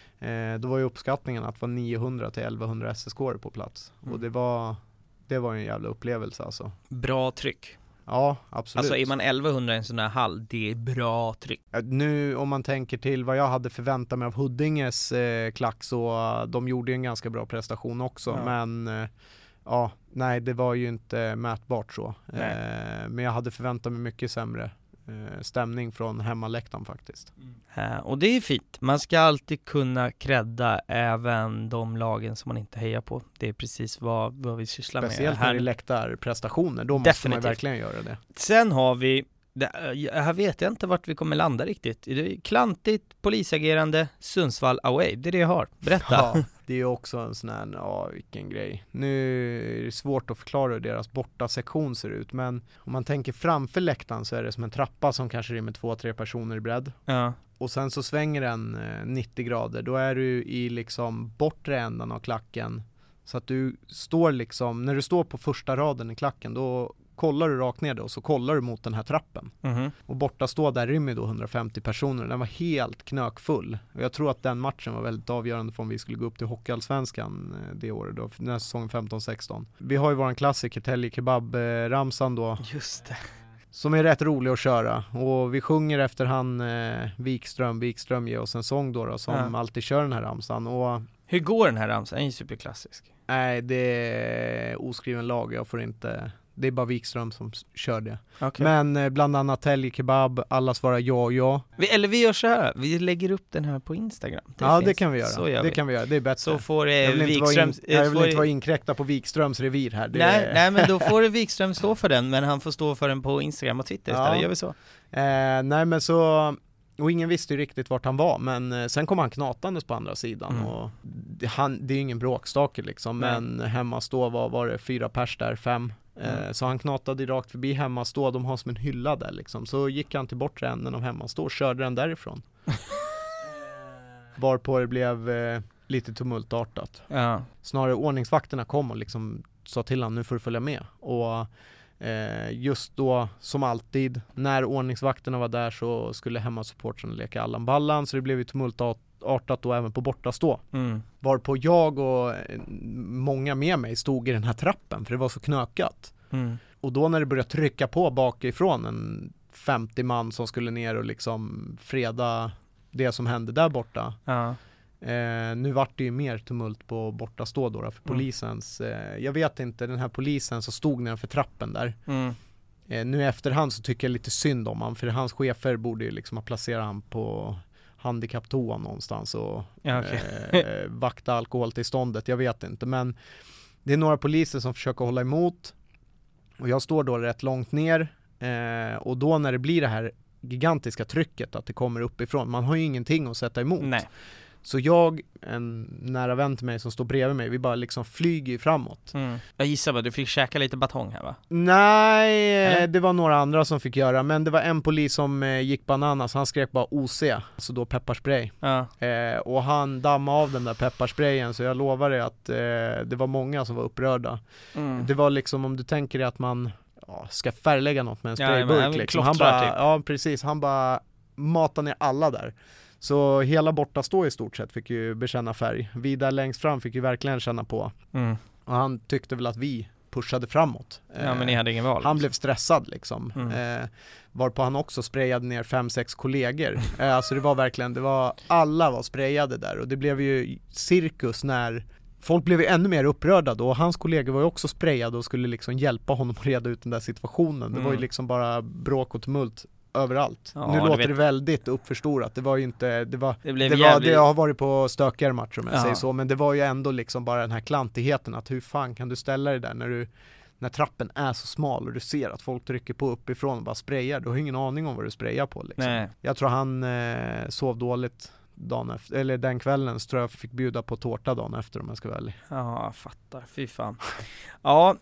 då var ju uppskattningen att det var 900 till 1100 SSK på plats. Och det var en jävla upplevelse alltså. Bra tryck. Ja, absolut. Alltså är man 1100 i en sån här hall, det är bra tryck. Nu om man tänker till vad jag hade förväntat mig av Huddinges klack, så de gjorde en ganska bra prestation också. Men nej, det var ju inte mätbart så. Men jag hade förväntat mig mycket sämre stämning från hemmaläktaren faktiskt. Och det är fint. Man ska alltid kunna credda även de lagen som man inte hejar på. Det är precis vad vi sysslar med. Speciellt när det är läktarprestationer, då måste man verkligen göra det. Sen har vi, här vet jag inte vart vi kommer landa riktigt. Det är klantigt, polisagerande, Sundsvall away. Det är det jag har. Berätta. Ja, det är också en sån här, vilken grej. Nu är det svårt att förklara hur deras borta sektion ser ut, men om man tänker framför läktaren så är det som en trappa som kanske rymmer 2-3 personer i bredd. Ja. Och sen så svänger den 90 grader. Då är du i liksom bortre ändan av klacken. Så att du står liksom, när du står på första raden i klacken, då kollar du rakt ner då, och så kollar du mot den här trappen. Och borta stå där rymmer då 150 personer. Den var helt knökfull. Och jag tror att den matchen var väldigt avgörande för om vi skulle gå upp till Hockeyallsvenskan det året då, den här säsongen 15-16. Vi har ju våran klassiker, Telly Kebab-ramsan då. Just det. Som är rätt rolig att köra. Och vi sjunger efter han Wikström ger oss en sång då som alltid kör den här ramsan. Och hur går den här ramsan? Den är superklassisk. Nej, det är oskriven lag. Jag får inte... Det är bara Wikström som kör det. Okay. Men bland annat Telly Kebab, alla svarar ja. Vi gör så här, vi lägger upp den här på Instagram. Det kan vi göra. Det kan vi göra, det är bättre. Så får Wikström... Jag vill inte vara inkräkta på Wikströms revir här. Nej, men då får Wikström stå för den, men han får stå för den på Instagram och Twitter istället. Gör vi så? Nej, men så... Och ingen visste ju riktigt vart han var, men sen kom han knatandes på andra sidan. Och det är ju ingen bråkstake liksom, men hemma stå var det 4 pers där, 5. Så han knatade rakt förbi hemmastå, de har som en hylla där liksom. Så gick han till bortre änden av hemmastå och körde den därifrån. Varpå det blev lite tumultartat. Snarare ordningsvakterna kom och liksom sa till han, nu får du följa med. Och just då, som alltid, när ordningsvakterna var där så skulle hemmasupportrarna leka Allan Ballan, så det blev ju tumultartat då även på bortastå. Varpå jag och många med mig stod i den här trappen, för det var så knökat. Och då när det började trycka på bakifrån en 50 man som skulle ner och liksom freda det som hände där borta. Nu vart det ju mer tumult på bortastå då för polisens, jag vet inte, den här polisen som stod nedanför trappen där. Nu i efterhand så tycker jag lite synd om han, för hans chefer borde ju liksom ha placerat han på handikapptoa någonstans och Ja, okej. vakta alkoholtillståndet, jag vet inte. Men det är några poliser som försöker hålla emot och jag står då rätt långt ner och då när det blir det här gigantiska trycket att det kommer uppifrån, man har ju ingenting att sätta emot. Nej. Så jag, en nära vän till mig som står bredvid mig, vi bara liksom flyger framåt. Jag gissar bara, du fick käka lite batong här va? Nej, Eller? det var några andra som fick göra, men det var en polis som gick bananas, han skrek bara OC, så då pepparspray. Ja. Och han dammade av den där pepparsprayen, så jag lovar dig att det var många som var upprörda. Det var liksom, om du tänker dig att man ska färglägga något med en sprayburk liksom. Han bara, typ. ja precis, han bara matade ner alla där. Så hela borta stå i stort sett fick ju bekänna färg. Vi där längst fram fick ju verkligen känna på. Och han tyckte väl att vi pushade framåt. Ja, men ni hade ingen val. Han blev stressad liksom. Varpå han också sprayade ner 5-6 kollegor. Alltså det var verkligen, alla var sprayade där. Och det blev ju cirkus när folk blev ju ännu mer upprörda då. Och hans kollegor var ju också sprayade och skulle liksom hjälpa honom att reda ut den där situationen. Det var ju liksom bara bråk och tumult överallt. Ja, nu låter det väldigt uppförstorat. Det var ju inte, det har varit på stökigare matcher om jag säger så, men det var ju ändå liksom bara den här klantigheten att hur fan kan du ställa dig där när trappen är så smal och du ser att folk trycker på uppifrån och bara sprayar. Du har ingen aning om vad du sprayar på liksom. Nej. Jag tror han sov dåligt dagen efter, eller den kvällen, så tror jag fick bjuda på tårta dagen efter om jag ska vara ärlig. Ja, jag fattar. Fy fan. Ja,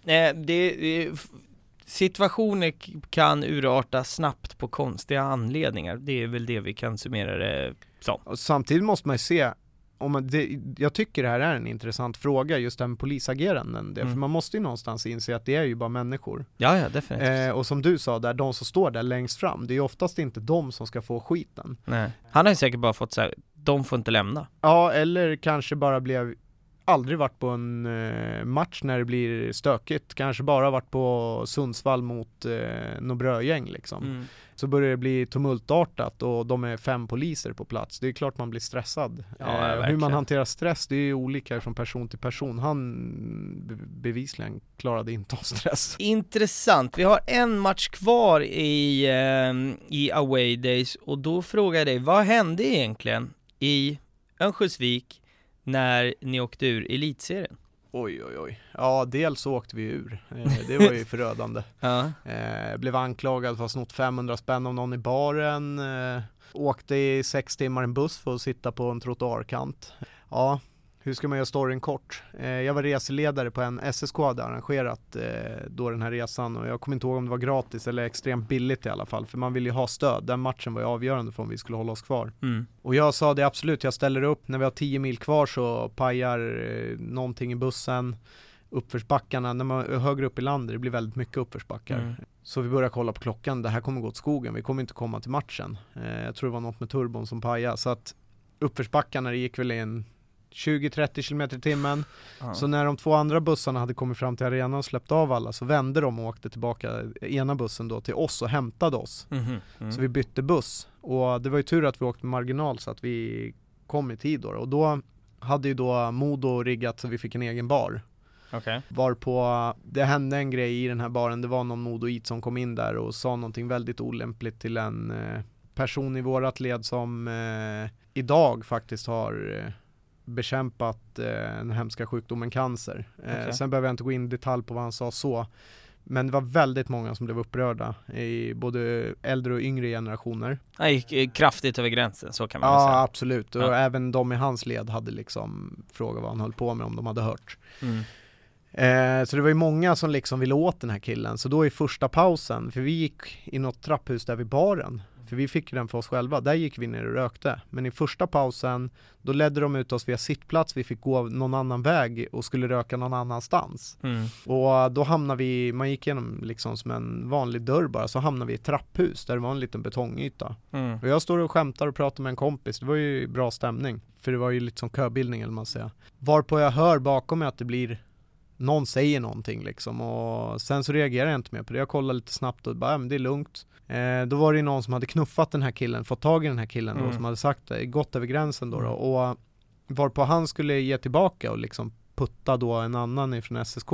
situationer kan urarta snabbt på konstiga anledningar. Det är väl det vi kan summera det som. Och samtidigt måste man ju se, jag tycker det här är en intressant fråga, just den polisageranden. För man måste ju någonstans inse att det är ju bara människor. Ja, definitivt. Och som du sa, där de som står där längst fram, det är ju oftast inte de som ska få skiten. Nej. Han har ju säkert bara fått så här, de får inte lämna. Ja, eller kanske bara aldrig varit på en match när det blir stökigt. Kanske bara varit på Sundsvall mot något brödgäng liksom. Så börjar det bli tumultartat och de är 5 poliser på plats. Det är klart man blir stressad. Hur man hanterar stress, det är ju olika från person till person. Han bevisligen klarade inte av stress. Intressant. Vi har en match kvar i Away Days och då frågar jag dig, vad hände egentligen i Örnsköldsvik när ni åkte ur elitserien? Oj. Ja, dels åkte vi ur. Det var ju förödande. Blev anklagad för att ha snott 500 spänn av någon i baren. Åkte i 6 timmar en buss för att sitta på en trottoarkant. Ja, hur ska man göra storyn kort? Jag var reseledare på en SSK hade arrangerat då den här resan. Och jag kommer inte ihåg om det var gratis eller extremt billigt i alla fall. För man ville ju ha stöd. Den matchen var ju avgörande för om vi skulle hålla oss kvar. Och jag sa det absolut, jag ställer upp. När vi har 10 mil kvar så pajar någonting i bussen. Uppförsbackarna, när man är högre upp i landet, det blir väldigt mycket uppförsbackar. Så vi börjar kolla på klockan, det här kommer gå åt skogen, vi kommer inte komma till matchen. Jag tror det var något med turbon som pajade. Så att uppförsbackarna, det gick väl en 20-30 km i timmen. Så när de 2 andra bussarna hade kommit fram till arenan och släppt av alla, så vände de och åkte tillbaka ena bussen då till oss och hämtade oss. Så vi bytte buss. Och det var ju tur att vi åkte marginal så att vi kom i tid då. Och då hade ju då Modo riggat så vi fick en egen bar. Varpå det hände en grej i den här baren. Det var någon Modoit som kom in där och sa någonting väldigt olämpligt till en person i vårat led som idag faktiskt har bekämpat den hemska sjukdomen cancer. Sen behöver jag inte gå in i detalj på vad han sa så. Men det var väldigt många som blev upprörda i både äldre och yngre generationer. Han gick kraftigt över gränsen, så kan man väl säga. Ja, absolut. Och även de i hans led hade liksom frågat vad han höll på med, om de hade hört. Så det var ju många som liksom ville åt den här killen. Så då i första pausen, för vi gick i något trapphus där vid baren, för vi fick den för oss själva, där gick vi ner och rökte. Men i första pausen, då ledde de ut oss via sittplats, vi fick gå någon annan väg och skulle röka någon annanstans. Och då hamnade vi, man gick igenom liksom som en vanlig dörr bara, så hamnade vi i ett trapphus där det var en liten betongyta. Och jag står och skämtar och pratar med en kompis, det var ju bra stämning, för det var ju lite som köbildning eller man säger. Varpå jag hör bakom mig att det blir någon säger någonting liksom, och sen så reagerar jag inte mer på det. Jag kollar lite snabbt och bara, men det är lugnt. Då var det någon som hade knuffat den här killen, fått tag i den här killen då, som hade sagt det, gått över gränsen då, och varpå han skulle ge tillbaka och liksom putta då en annan ifrån SSK.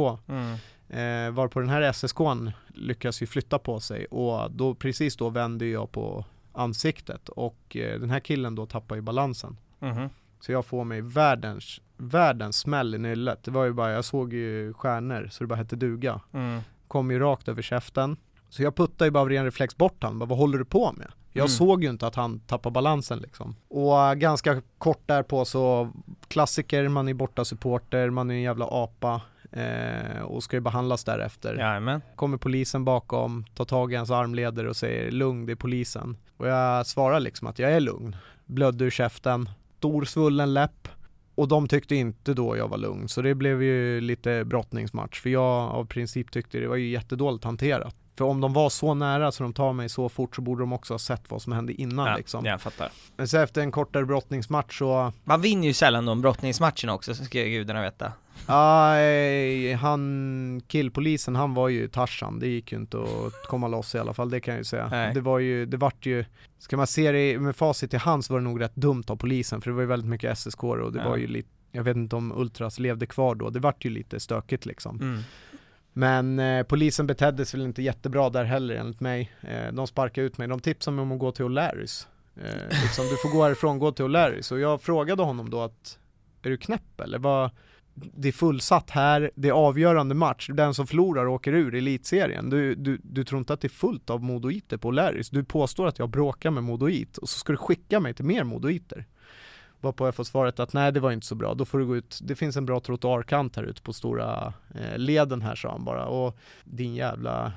Varpå den här SSK:n lyckas ju flytta på sig, och då precis då vände jag på ansiktet. Och den här killen då tappar ju balansen. Mhm. Så jag får mig världens smäll i nyllet. Det var ju bara, jag såg ju stjärnor så det bara hette duga. Mm. Kom ju rakt över käften. Så jag puttade ju bara av ren reflex bort han. Bara, vad håller du på med? Jag såg ju inte att han tappade balansen liksom. Och ganska kort därpå så klassiker, man är borta supporter, man är en jävla apa och ska ju behandlas därefter. Jajamän. Kommer polisen bakom, tar tag i hans armleder och säger lugn, det är polisen. Och jag svarar liksom att jag är lugn. Blödde ur käften, stor svullen läpp. Och de tyckte inte då jag var lugn. Så det blev ju lite brottningsmatch. För jag av princip tyckte det var ju jättedåligt hanterat. För om de var så nära så de tar mig så fort så borde de också ha sett vad som hände innan liksom. Jag fattar. Men så efter en kortare brottningsmatch så... Man vinner ju sällan de brottningsmatcherna också, så ska gudarna veta. Killpolisen, han var ju Tarzan. Det gick ju inte att komma loss i alla fall, det kan jag ju säga. Nej. Det vart ju, ska man se det med facit i hand så var det nog rätt dumt av polisen. För det var ju väldigt mycket SSK och det var ju lite, jag vet inte om Ultras levde kvar då. Det vart ju lite stökigt liksom. Mm. Men polisen betedde sig väl inte jättebra där heller enligt mig. De sparkade ut mig. De tipsade mig om att gå till O'Larrys. Liksom, du får gå härifrån, gå till O'Larrys. Och jag frågade honom då att, är du knäpp eller? Det är fullsatt här, det är avgörande match. Den som förlorar åker ur elitserien. Du tror inte att det är fullt av modoiter på O'Larrys. Du påstår att jag bråkar med modoit och så ska du skicka mig till mer modoiter. Varpå jag får svaret att nej, det var inte så bra. Då får du gå ut, det finns en bra trottoarkant här ute på stora leden här, sa han bara. Och din jävla,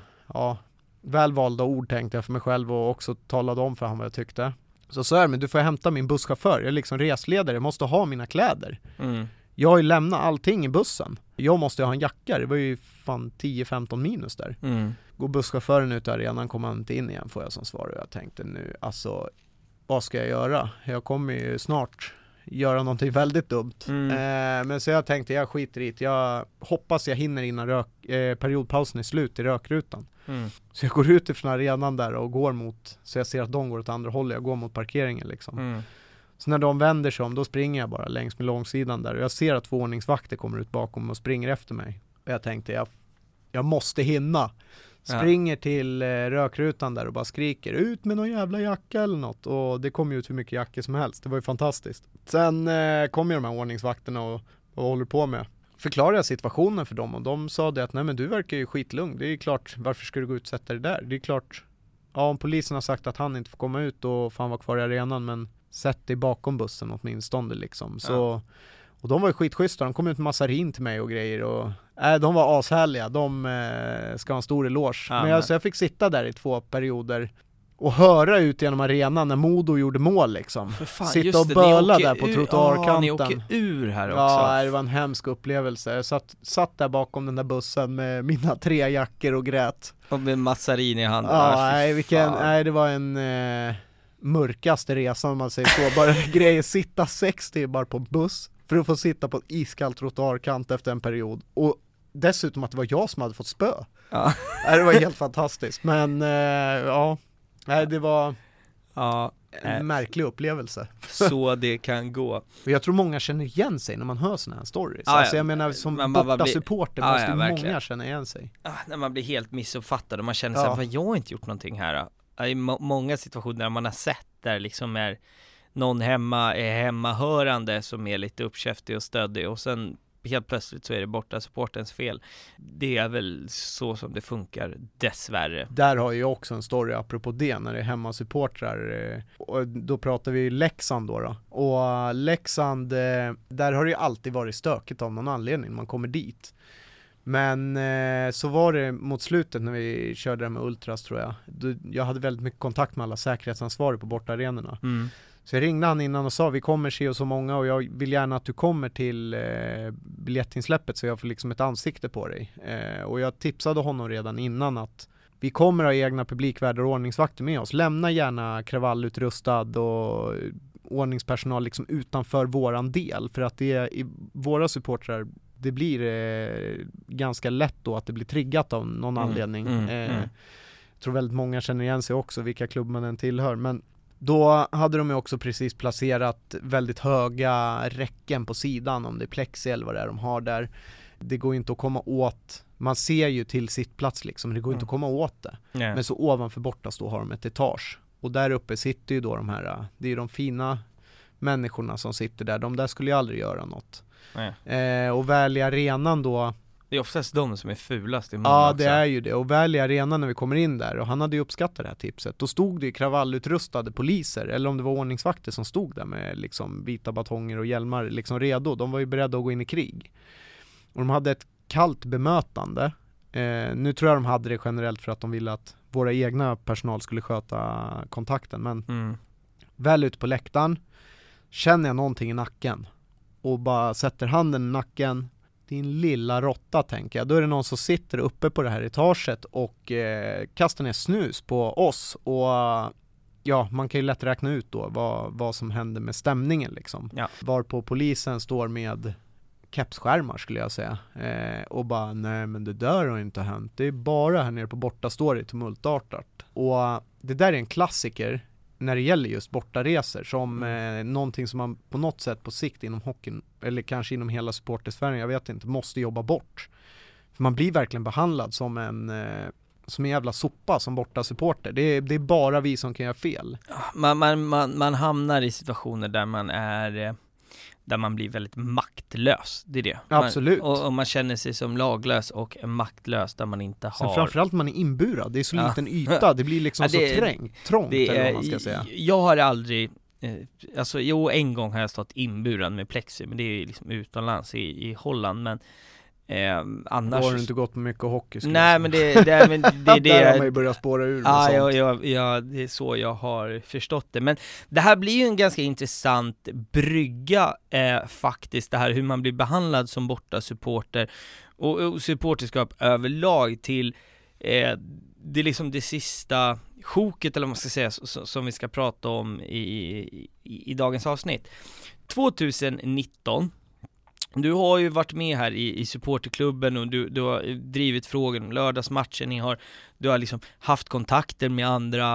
välvalda ord tänkte jag för mig själv och också talade om för han vad jag tyckte. Så sa jag, men du får hämta min busschaufför. Jag är liksom resledare, jag måste ha mina kläder. Mm. Jag har ju lämnat allting i bussen. Jag måste ha en jacka, det var ju fan 10-15 minus där. Går busschauffören ut i arenan kommer han inte in igen, får jag som svar. Och jag tänkte nu, alltså, vad ska jag göra? Jag kommer ju snart göra någonting väldigt dumt. Men så jag tänkte, jag skiter i det. Jag hoppas jag hinner innan periodpausen är slut i rökrutan. Så jag går ut ifrån arenan där och går mot, så jag ser att de går åt andra hållet. Jag går mot parkeringen liksom. Så när de vänder sig om, då springer jag bara längs med långsidan där. Och jag ser att 2 ordningsvakter kommer ut bakom och springer efter mig. Och jag tänkte, jag måste hinna. Springer till rökrutan där och bara skriker ut med någon jävla jacka eller något. Och det kom ju ut hur mycket jackor som helst. Det var ju fantastiskt. Sen kom ju de här ordningsvakterna och vad håller på med. Förklarade jag situationen för dem och de sa det att nej men du verkar ju skitlugn. Det är ju klart, varför ska du gå ut och sätta dig där? Det är klart, om polisen har sagt att han inte får komma ut och fan var kvar i arenan, men sätt dig bakom bussen åtminstone liksom. Så, och de var ju skitschyssta, de kom ut med massarin till mig och grejer och de var ashärliga, de ska ha en stor eloge. Men jag fick sitta där i 2 perioder och höra ut genom arenan när Modo gjorde mål liksom. Fan, sitta och böla där på trottoarkanten. Ni åker ur här också. Ja, det var en hemsk upplevelse. Jag satt där bakom den där bussen med mina 3 jackor och grät. Och med massarin i handen. Det var en mörkaste resan om man säger så. Bara grejer, sitta 6 timmar på buss för att få sitta på ett iskall trottoarkant efter en period. Och dessutom att det var jag som hade fått spö. Det var helt fantastiskt. Men det var en märklig upplevelse. Så det kan gå. Och jag tror många känner igen sig när man hör såna här stories. Alltså jag menar, som borta supporter måste många känna igen sig. När man blir helt missuppfattad och man känner sig att jag har inte gjort någonting här. Det är många situationer där man har sett där liksom är någon hemmahörande som är lite uppkäftig och stöddig och sen helt plötsligt så är det borta supportens fel. Det är väl så som det funkar, dessvärre. Där har jag också en story apropå det, när det är hemmasupportrar. Och då pratar vi Leksand då. Och Leksand, där har det ju alltid varit stökigt av någon anledning när man kommer dit. Men så var det mot slutet när vi körde det med Ultras, tror jag. Jag hade väldigt mycket kontakt med alla säkerhetsansvariga på bortarenorna. Så jag ringde han innan och sa, vi kommer se och så många och jag vill gärna att du kommer till biljettinsläppet så jag får liksom ett ansikte på dig. Och jag tipsade honom redan innan att vi kommer ha egna publikvärdar och ordningsvakter med oss. Lämna gärna kravallutrustad och ordningspersonal liksom utanför våran del. För att det är i våra supportrar, det blir ganska lätt då att det blir triggat av någon anledning. Jag tror väldigt många känner igen sig också, vilka klubb man än tillhör. Men då hade de ju också precis placerat väldigt höga räcken på sidan, om det är plexi eller vad det är de har där. Det går inte att komma åt, man ser ju till sitt plats liksom, men det går inte att komma åt det. Men så ovanför borta så har de ett etage. Och där uppe sitter ju då de här, det är ju de fina människorna som sitter där. De där skulle ju aldrig göra något. Och väl i arenan då. Det är oftast de som är fulast i Ja, det är ju det. Och väl i arenan när vi kommer in där, och han hade ju uppskattat det här tipset, då stod det ju kravallutrustade poliser, eller om det var ordningsvakter som stod där med liksom vita batonger och hjälmar liksom redo. De var ju beredda att gå in i krig. Och de hade ett kallt bemötande. Nu tror jag de hade det generellt för att de ville att våra egna personal skulle sköta kontakten. Men väl ute på läktaren känner jag någonting i nacken och bara sätter handen i nacken. Din lilla råtta, tänker jag. Då är det någon som sitter uppe på det här etaget och kastar ner snus på oss. Och ja, man kan ju lätt räkna ut då vad som händer med stämningen liksom. Ja. Varpå polisen står med kepsskärmar skulle jag säga. Och bara, nej men det där har inte hänt. Det är bara här nere på borta står det tumultartat. Och det där är en klassiker när det gäller just bortaresor som någonting som man på något sätt på sikt inom hockeyn, eller kanske inom hela supportersfären, jag vet inte, måste jobba bort. För man blir verkligen behandlad som en jävla sopa som borta supporter. Det är bara vi som kan göra fel. Man hamnar i situationer där man blir väldigt maktlös. Det är det. Absolut. Och man känner sig som laglös och maktlös där man inte har... Sen framförallt man är inburad. Det är så liten yta. Det blir liksom så trångt eller vad man ska säga. Jag har aldrig... en gång har jag stått inburad med plexi, men det är liksom utomlands i Holland, men annars... Då har du inte gått på mycket hockey. Nej, men det är det där har man ju börjat spåra ur. Ja, det är så jag har förstått det. Men det här blir ju en ganska intressant brygga faktiskt, det här hur man blir behandlad som borta supporter och supporterskap överlag till det är liksom det sista sjoket, eller vad man ska säga, som vi ska prata om i dagens avsnitt. 2019. Du har ju varit med här i supporterklubben och du har drivit frågan om lördagsmatchen. Du har liksom haft kontakter med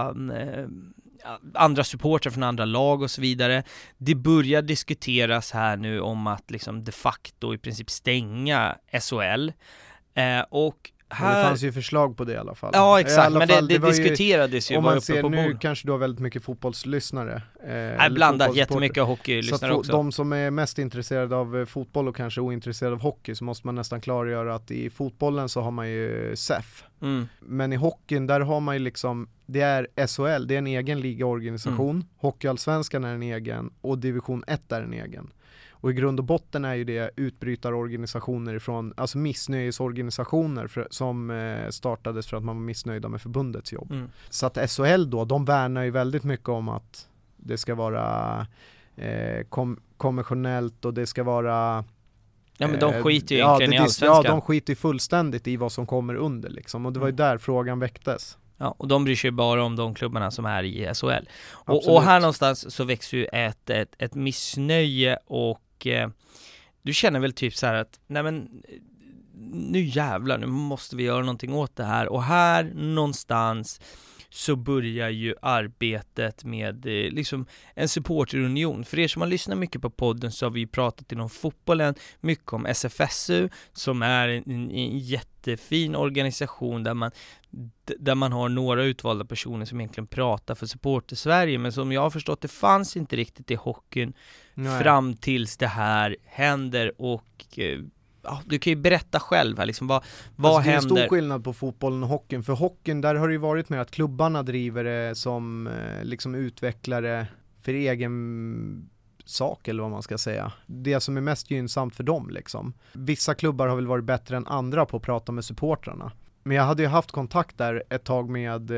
andra supportrar från andra lag och så vidare. Det börjar diskuteras här nu om att liksom de facto i princip stänga SHL. Och här... Det fanns ju förslag på det i alla fall. Ja, exakt, men det diskuterades ju. Om man ser nu kanske du har väldigt mycket fotbollslyssnare. Blandat jättemycket hockeylyssnare också. De som är mest intresserade av fotboll och kanske ointresserade av hockey, så måste man nästan klargöra att i fotbollen så har man ju SEF. Men i hockeyn där har man ju liksom, det är SHL, det är en egen ligaorganisation. Hockeyallsvenskan är en egen och division 1 är en egen. Och i grund och botten är ju det utbrytarorganisationer ifrån, alltså missnöjesorganisationer som startades för att man var missnöjda med förbundets jobb. Så att SHL då, de värnar ju väldigt mycket om att det ska vara konventionellt och det ska vara... Ja, men de skiter ju egentligen i allsvenskan. Ja, de skiter ju fullständigt i vad som kommer under liksom. Och det var ju där frågan väcktes. Ja, och de bryr sig bara om de klubbarna som är i SHL. Och här någonstans så växer ju ett missnöje och du känner väl typ så här att nej men nu jävlar, nu måste vi göra någonting åt det här. Och här någonstans så börjar ju arbetet med liksom en supporterunion. För er som har lyssnat mycket på podden så har vi ju pratat inom fotbollen mycket om SFSU som är en jättefin organisation där man har några utvalda personer som egentligen pratar för supporter Sverige, men som jag har förstått det fanns inte riktigt i hockeyn fram tills det här händer. Och du kan ju berätta själv här, liksom, vad händer? Det är stor skillnad på fotbollen och hockeyn. För hockeyn, där har det ju varit med att klubbarna driver det som liksom utvecklare för egen sak, eller vad man ska säga. Det som är mest gynnsamt för dem liksom. Vissa klubbar har väl varit bättre än andra på att prata med supportrarna. Men jag hade ju haft kontakt där ett tag med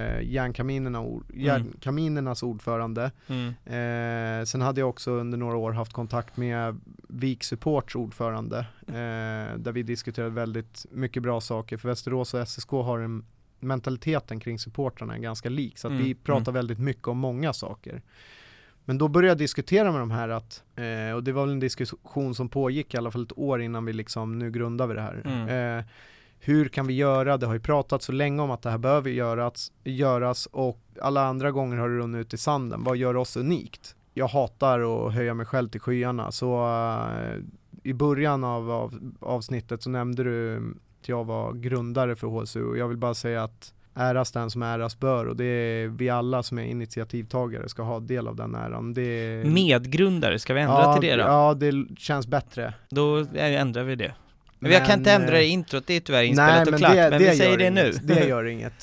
Järnkaminernas ordförande. Sen hade jag också under några år haft kontakt med Vik Supports ordförande. Där vi diskuterade väldigt mycket bra saker. För Västerås och SSK har mentaliteten kring supportrarna är ganska lik. Så att vi pratar väldigt mycket om många saker. Men då började jag diskutera med de här och det var väl en diskussion som pågick i alla fall ett år innan vi liksom nu grundade det här. Hur kan vi göra? Det har ju pratat så länge om att det här behöver göras och alla andra gånger har det runnit ut i sanden. Vad gör oss unikt? Jag hatar att höja mig själv till skyarna. Så i början av avsnittet så nämnde du att jag var grundare för HSU och jag vill bara säga att äras den som äras bör, och det är vi alla som är initiativtagare ska ha del av den äran. Medgrundare, ska vi ändra till det då? Ja, det känns bättre. Då ändrar vi det. Men jag kan inte ändra det introt, det är tyvärr inspelat och klart, men vi säger det nu. Det gör inget.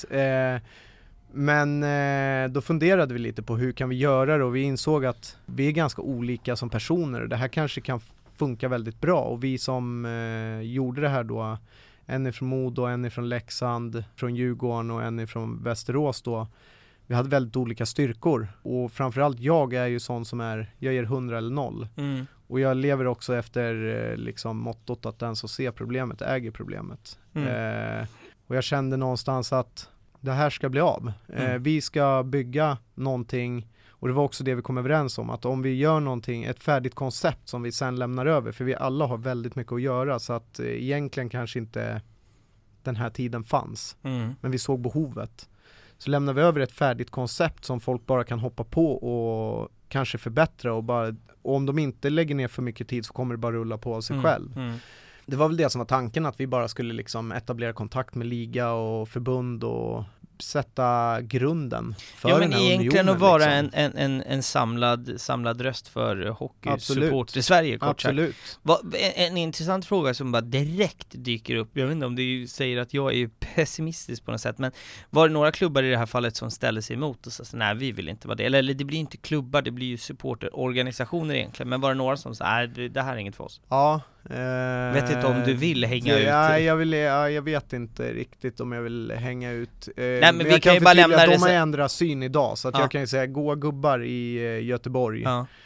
Men då funderade vi lite på hur kan vi göra det, och vi insåg att vi är ganska olika som personer. Det här kanske kan funka väldigt bra, och vi som gjorde det här då, en är från Modo, en är från Leksand, från Djurgården och en är från Västerås då. Vi hade väldigt olika styrkor, och framförallt jag är ju sån som jag ger 100 eller 0. Och jag lever också efter liksom mottot att den som ser problemet äger problemet. Och jag kände någonstans att det här ska bli av. Vi ska bygga någonting, och det var också det vi kom överens om, att om vi gör någonting, ett färdigt koncept som vi sen lämnar över, för vi alla har väldigt mycket att göra, så att egentligen kanske inte den här tiden fanns. Men vi såg behovet. Så lämnar vi över ett färdigt koncept som folk bara kan hoppa på och kanske förbättra, och om de inte lägger ner för mycket tid så kommer det bara rulla på av sig själv. Det var väl det som var tanken, att vi bara skulle liksom etablera kontakt med liga och förbund och sätta grunden för den här egentligen att vara liksom. en samlad röst för hockeysupport i Sverige, kort Absolut. sagt. En intressant fråga som bara direkt dyker upp, jag vet inte om du säger att jag är pessimistisk på något sätt, men var det några klubbar i det här fallet som ställde sig emot och sa nej, vi vill inte vara det, eller det blir inte klubbar, det blir ju supporterorganisationer egentligen, men var det några som sa nej, det här är inget för oss? Ja. Vet inte om du vill hänga ut? Jag vet inte riktigt om jag vill hänga ut. Nej, men vi kan ju bara lämna det. De har ändrat syn idag, så att jag kan ju säga Goa Gubbar i Göteborg.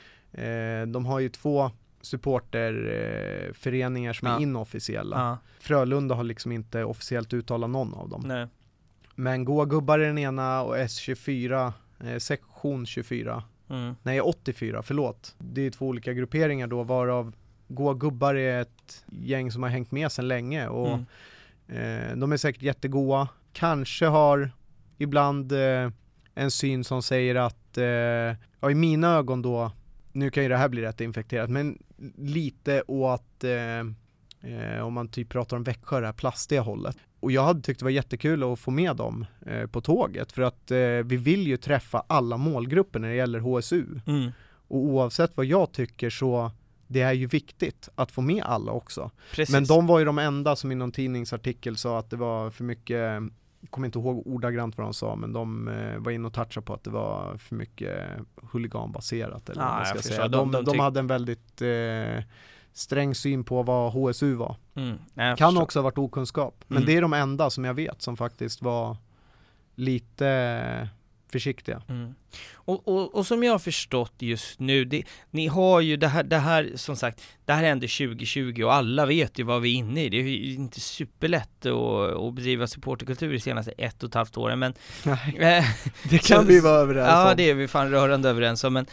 De har ju 2 supporterföreningar som är inofficiella. Frölunda har liksom inte officiellt uttalat någon av dem. Nej. Men Goa Gubbar är den ena, och S24, sektion 24. Nej, 84, förlåt. Det är 2 olika grupperingar då, varav Goa Gubbar är ett gäng som har hängt med sedan länge, och de är säkert jättegoda. Kanske har ibland en syn som säger att i mina ögon då, nu kan ju det här bli rätt infekterat, men lite åt om man typ pratar om Växjö, det här plastiga hållet. Och jag hade tyckt det var jättekul att få med dem på tåget, för att vi vill ju träffa alla målgrupper när det gäller HSU. Och oavsett vad jag tycker, så det är ju viktigt att få med alla också. Precis. Men de var ju de enda som i någon tidningsartikel sa att det var för mycket, jag kommer inte ihåg ordagrant vad de sa, men de var inne och touchade på att det var för mycket huliganbaserat, eller vad man ska säga. De hade en väldigt sträng syn på vad HSU var. Kan också ha varit okunskap, men det är de enda som jag vet som faktiskt var lite försiktiga. Och som jag har förstått just nu, ni har ju det här som sagt, det här hände 2020 och alla vet ju vad vi är inne i. Det är ju inte superlätt att bedriva supporterkultur de senaste 1,5 åren, men det kan vi vara överens om. Ja, det är vi fan rörande överens om, men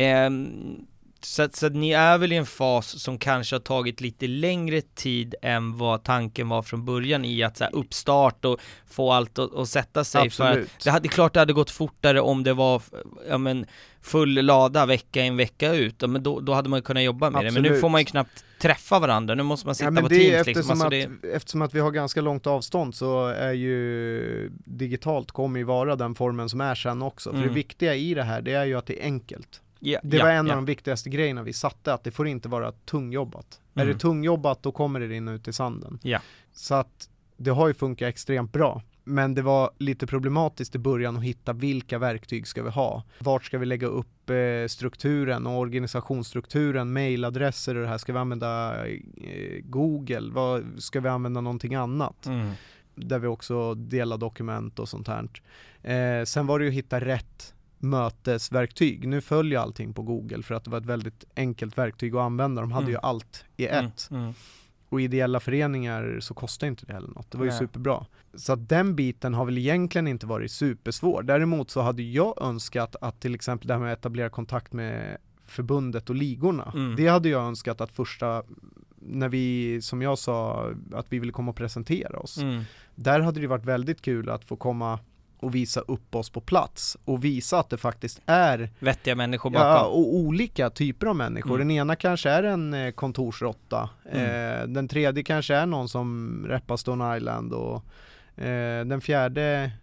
så ni är väl i en fas som kanske har tagit lite längre tid än vad tanken var från början, i att så här, uppstart och få allt att sätta sig. Absolut. För det är klart det hade gått fortare om det var full lada vecka in vecka ut, men då hade man kunnat jobba med det. Men nu får man ju knappt träffa varandra, nu måste man sitta på Teams liksom. Eftersom att vi har ganska långt avstånd, så är ju digitalt kommer ju vara den formen som är sen också. För det viktiga i det här, det är ju att det är enkelt. Det var en av de viktigaste grejerna vi satte, att det får inte vara tungjobbat. Är det tungjobbat, då kommer det rinna ut i sanden. Så att det har ju funkat extremt bra. Men det var lite problematiskt i början att hitta vilka verktyg ska vi ha. Vart ska vi lägga upp strukturen och organisationsstrukturen, mailadresser och det här. Ska vi använda Google? Ska vi använda någonting annat? Där vi också delar dokument och sånt här. Sen var det ju att hitta rätt mötesverktyg. Nu följer allting på Google för att det var ett väldigt enkelt verktyg att använda. De hade ju allt i ett. Och ideella föreningar så kostar inte det heller något. Det var ju superbra. Så att den biten har väl egentligen inte varit supersvår. Däremot så hade jag önskat att till exempel det här med att etablera kontakt med förbundet och ligorna. Det hade jag önskat att första, när vi, som jag sa, att vi ville komma och presentera oss. Där hade det varit väldigt kul att få komma och visa upp oss på plats och visa att det faktiskt är vettiga människor bakom. Ja, och olika typer av människor. Den ena kanske är en kontorsrotta. Den tredje kanske är någon som reppar Stone Island, och den fjärde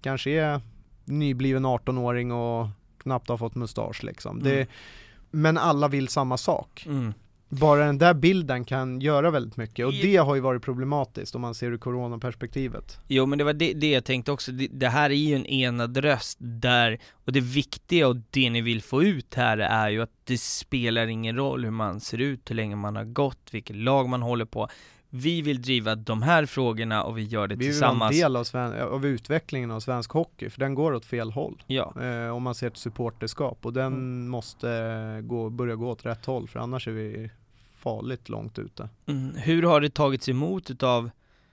kanske är nybliven 18-åring och knappt har fått mustasch liksom. Men alla vill samma sak. Bara den där bilden kan göra väldigt mycket, och det har ju varit problematiskt om man ser ur coronaperspektivet. Jo, men det var det jag tänkte också. Det här är ju en enad röst där, och det viktiga och det ni vill få ut här är ju att det spelar ingen roll hur man ser ut, hur länge man har gått, vilket lag man håller på. Vi vill driva de här frågorna och vi gör det tillsammans. Vi vill vara en del av utvecklingen av svensk hockey, för den går åt fel håll. Ja. Om man ser ett supporterskap, och den måste börja gå åt rätt håll, för annars är vi farligt långt ute. Hur har det tagits emot utav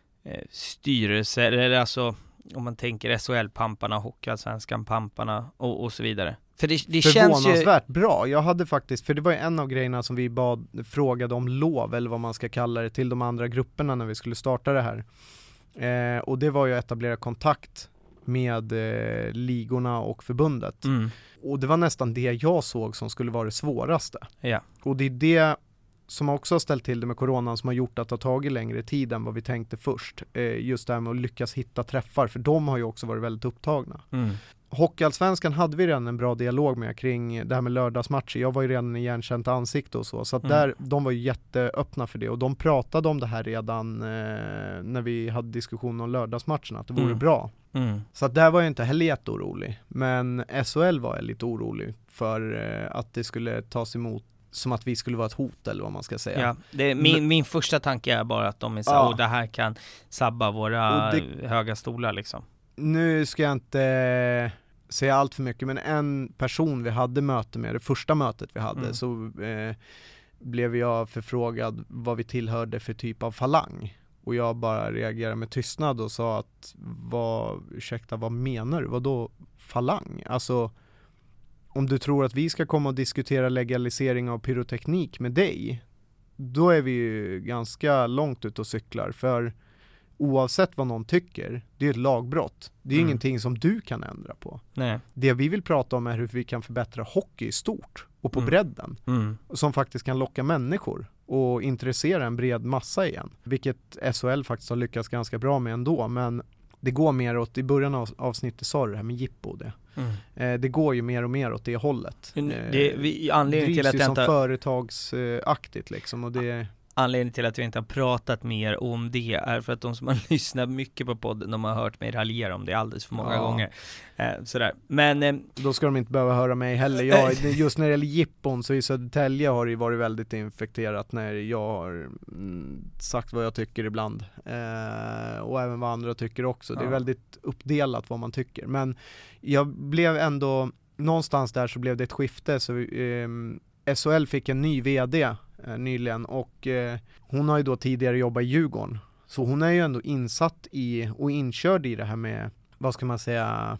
styrelser, eller alltså om man tänker SHL-pamparna, Hockeyallsvenskan-pamparna och så vidare? För det känns förvånansvärt bra. Jag hade faktiskt, för det var ju en av grejerna som vi frågade om lov, eller vad man ska kalla det, till de andra grupperna när vi skulle starta det här. Och det var ju att etablera kontakt med ligorna och förbundet. Och det var nästan det jag såg som skulle vara det svåraste. Ja. Och det är det som också har ställt till det med coronan, som har gjort att det har tagit längre tid än vad vi tänkte först. Just det här med att lyckas hitta träffar, för de har ju också varit väldigt upptagna. Hockeyallsvenskan hade vi redan en bra dialog med kring det här med lördagsmatcher. Jag var ju redan i igenkänt ansikte och så. Så att där, de var ju jätteöppna för det. Och de pratade om det här redan när vi hade diskussion om lördagsmatcherna, att det vore bra. Så att där var jag inte heller jätteorolig. Men SHL var jag lite orolig för att det skulle tas emot som att vi skulle vara ett hot, eller vad man ska säga. Ja, min första tanke är bara att de är så, det här kan sabba våra höga stolar liksom. Nu ska jag inte säga allt för mycket, men en person vi hade möte med, det första mötet vi hade, så blev jag förfrågad vad vi tillhörde för typ av falang. Och jag bara reagerade med tystnad och sa att, ursäkta, vad menar du? Vad då falang? Alltså, om du tror att vi ska komma och diskutera legalisering av pyroteknik med dig, då är vi ju ganska långt ut och cyklar. För oavsett vad någon tycker, det är ett lagbrott. Det är ingenting som du kan ändra på. Nej. Det vi vill prata om är hur vi kan förbättra hockey i stort och på bredden. Som faktiskt kan locka människor och intressera en bred massa igen. Vilket SHL faktiskt har lyckats ganska bra med ändå. Men det går mer åt, i början av avsnittet sa det här med jippo det. Det går ju mer och mer åt det hållet. Anledningen till att jag som företagsaktigt liksom, och det... Anledningen till att jag inte har pratat mer om det är för att de som har lyssnat mycket på podden, de har hört mig raljera om det alldeles för många gånger. Sådär. Men då ska de inte behöva höra mig heller. Just när det gäller jippon, så i Södertälje har det varit väldigt infekterat när jag har sagt vad jag tycker ibland. Och även vad andra tycker också. Det är väldigt uppdelat vad man tycker. Men jag blev ändå, någonstans där så blev det ett skifte. Så SHL fick en ny vd nyligen, och hon har ju då tidigare jobbat i Djurgården, så hon är ju ändå insatt i och inkörd i det här med, vad ska man säga,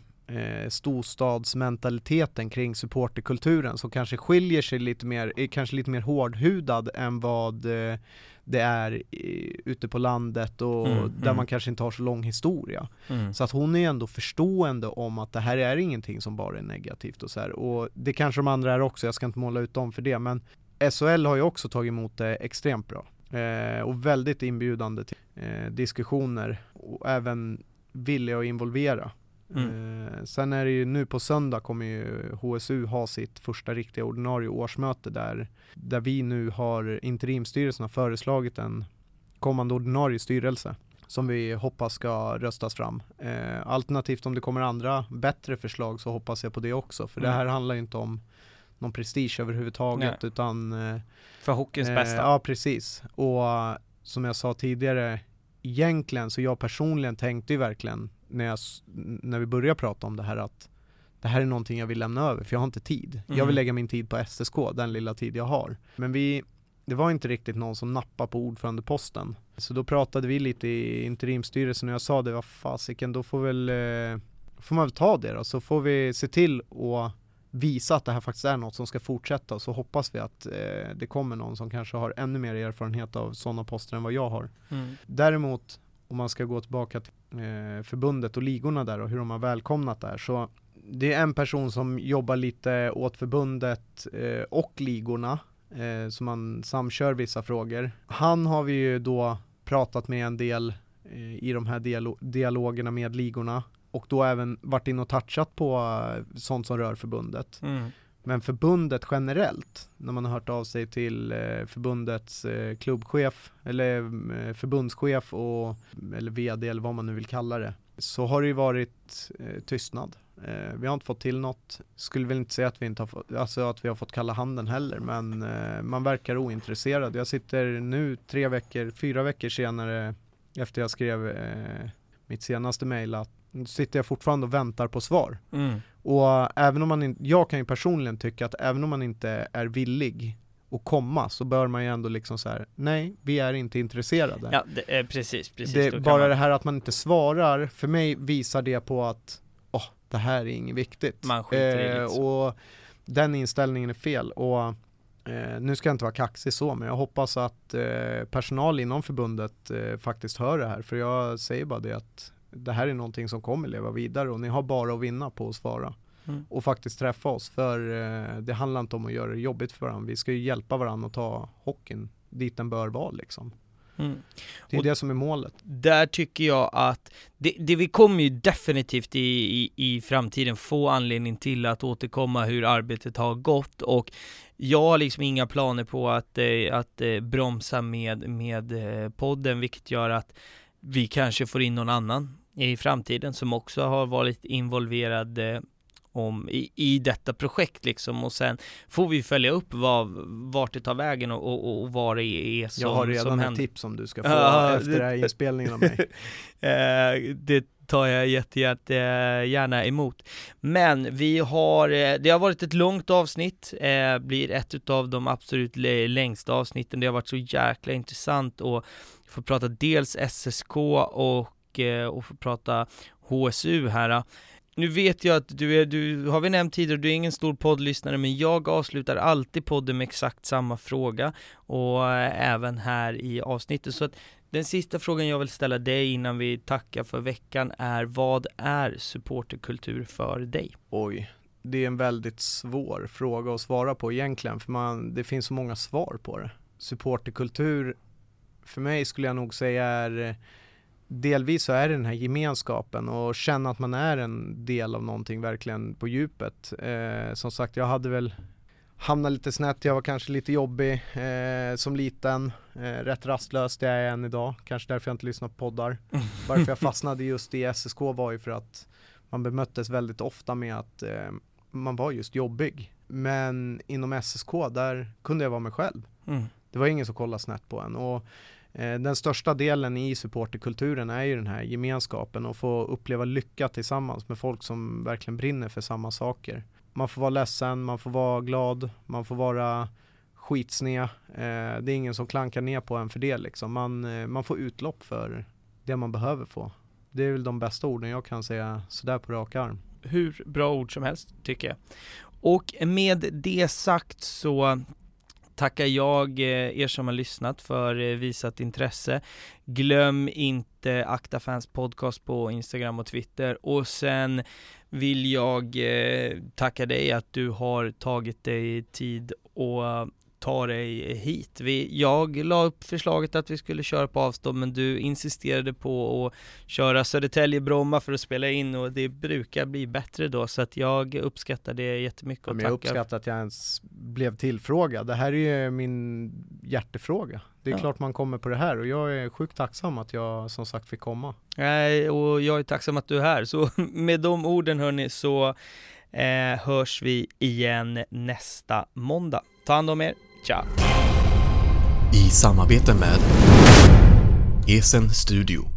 storstadsmentaliteten kring supporterkulturen, som kanske skiljer sig lite mer, är kanske lite mer hårdhudad än vad det är ute på landet och där man kanske inte har så lång historia. Så att hon är ändå förstående om att det här är ingenting som bara är negativt och så här. Och det kanske de andra är också, jag ska inte måla ut dem för det, men SHL har ju också tagit emot det extremt bra. Och väldigt inbjudande till diskussioner, och även villiga att involvera. Sen är det ju nu på söndag kommer ju HSU ha sitt första riktiga ordinarie årsmöte där vi nu har, interimstyrelsen har föreslagit en kommande ordinarie styrelse som vi hoppas ska röstas fram. Alternativt om det kommer andra bättre förslag, så hoppas jag på det också, för det här handlar ju inte om någon prestige överhuvudtaget. Nej. Utan för hockeyns bästa. Ja, precis. Och som jag sa tidigare, egentligen så jag personligen tänkte ju verkligen när vi började prata om det här, att det här är någonting jag vill lämna över, för jag har inte tid. Jag vill lägga min tid på SSK, den lilla tid jag har. Men det var inte riktigt någon som nappade på ordförandeposten. Så då pratade vi lite i interimstyrelsen och jag sa det, vad fasiken, då får man väl ta det då. Så får vi se till att visa att det här faktiskt är något som ska fortsätta, och så hoppas vi att det kommer någon som kanske har ännu mer erfarenhet av sådana poster än vad jag har. Däremot, om man ska gå tillbaka till förbundet och ligorna där och hur de har välkomnat där, så det är en person som jobbar lite åt förbundet och ligorna, så man samkör vissa frågor. Han har vi ju då pratat med en del i de här dialogerna med ligorna. och då även varit in och touchat på sånt som rör förbundet. Men förbundet generellt, när man har hört av sig till förbundets klubbchef eller förbundschef eller vd eller vad man nu vill kalla det, så har det ju varit tystnad. Vi har inte fått till något. Skulle väl inte säga att vi inte har fått, alltså att vi har fått kalla handen heller, men man verkar ointresserad. Jag sitter nu 4 veckor senare efter jag skrev mitt senaste mejl, att nu sitter jag fortfarande och väntar på svar. Och även om man jag kan ju personligen tycka att även om man inte är villig att komma, så bör man ju ändå liksom så här: nej, vi är inte intresserade. Ja, det är precis. Det bara det här att man inte svarar, för mig visar det på att det här är inget viktigt. Man skiter i det liksom. Och den inställningen är fel. Och nu ska jag inte vara kaxig så, men jag hoppas att personal inom förbundet faktiskt hör det här. För jag säger bara det, att det här är någonting som kommer leva vidare och ni har bara att vinna på att svara. Och faktiskt träffa oss, för det handlar inte om att göra det jobbigt för varandra. Vi ska ju hjälpa varandra att ta hockeyn dit den bör vara liksom. Det är och det som är målet. Där tycker jag att det vi kommer ju definitivt i framtiden få anledning till att återkomma hur arbetet har gått, och jag har liksom inga planer på att bromsa med podden, vilket gör att vi kanske får in någon annan i framtiden som också har varit involverad i detta projekt liksom, och sen får vi följa upp vart det tar vägen och vad det är som jag har redan som ett tips som du ska få efter den här inspelningen av mig. Det tar jag jättegärna emot. Men det har varit ett långt avsnitt, blir ett av de absolut längsta avsnitten. Det har varit så jäkla intressant att få prata dels SSK och få prata HSU här. Nu vet jag att du har vi nämnt tidigare, du är ingen stor poddlyssnare, men jag avslutar alltid podden med exakt samma fråga, och även här i avsnittet. Så att den sista frågan jag vill ställa dig innan vi tackar för veckan är: vad är supporterkultur för dig? Oj, det är en väldigt svår fråga att svara på egentligen, för det finns så många svar på det. Supporterkultur för mig skulle jag nog säga är delvis så är det den här gemenskapen och känna att man är en del av någonting verkligen på djupet. Som sagt, jag hade väl hamnat lite snett, jag var kanske lite jobbig som liten, rätt rastlös, det är jag än idag. Kanske därför jag inte lyssnar på poddar. Varför jag fastnade just i SSK var ju för att man bemöttes väldigt ofta med att man var just jobbig. Men inom SSK, där kunde jag vara mig själv. Det var ingen som kollade snett på en, och den största delen i supporterkulturen är ju den här gemenskapen och få uppleva lycka tillsammans med folk som verkligen brinner för samma saker. Man får vara ledsen, man får vara glad, man får vara skitsned. Det är ingen som klankar ner på en för det liksom. Man får utlopp för det man behöver få. Det är väl de bästa orden jag kan säga sådär på rak arm. Hur bra ord som helst tycker jag. Och med det sagt så tackar jag er som har lyssnat för visat intresse. Glöm inte Akta Fans podcast på Instagram och Twitter. Och sen vill jag tacka dig att du har tagit dig tid och ta dig hit. Jag la upp förslaget att vi skulle köra på avstånd, men du insisterade på att köra Södertälje-Bromma för att spela in, och det brukar bli bättre då, så att jag uppskattar det jättemycket. Och men jag uppskattar att jag ens blev tillfrågad. Det här är ju min hjärtefråga. Det är klart man kommer på det här, och jag är sjukt tacksam att jag som sagt fick komma. Och jag är tacksam att du är här. Så med de orden hörni, så hörs vi igen nästa måndag. Ta hand om er. Ciao. I samarbete med Esen Studio.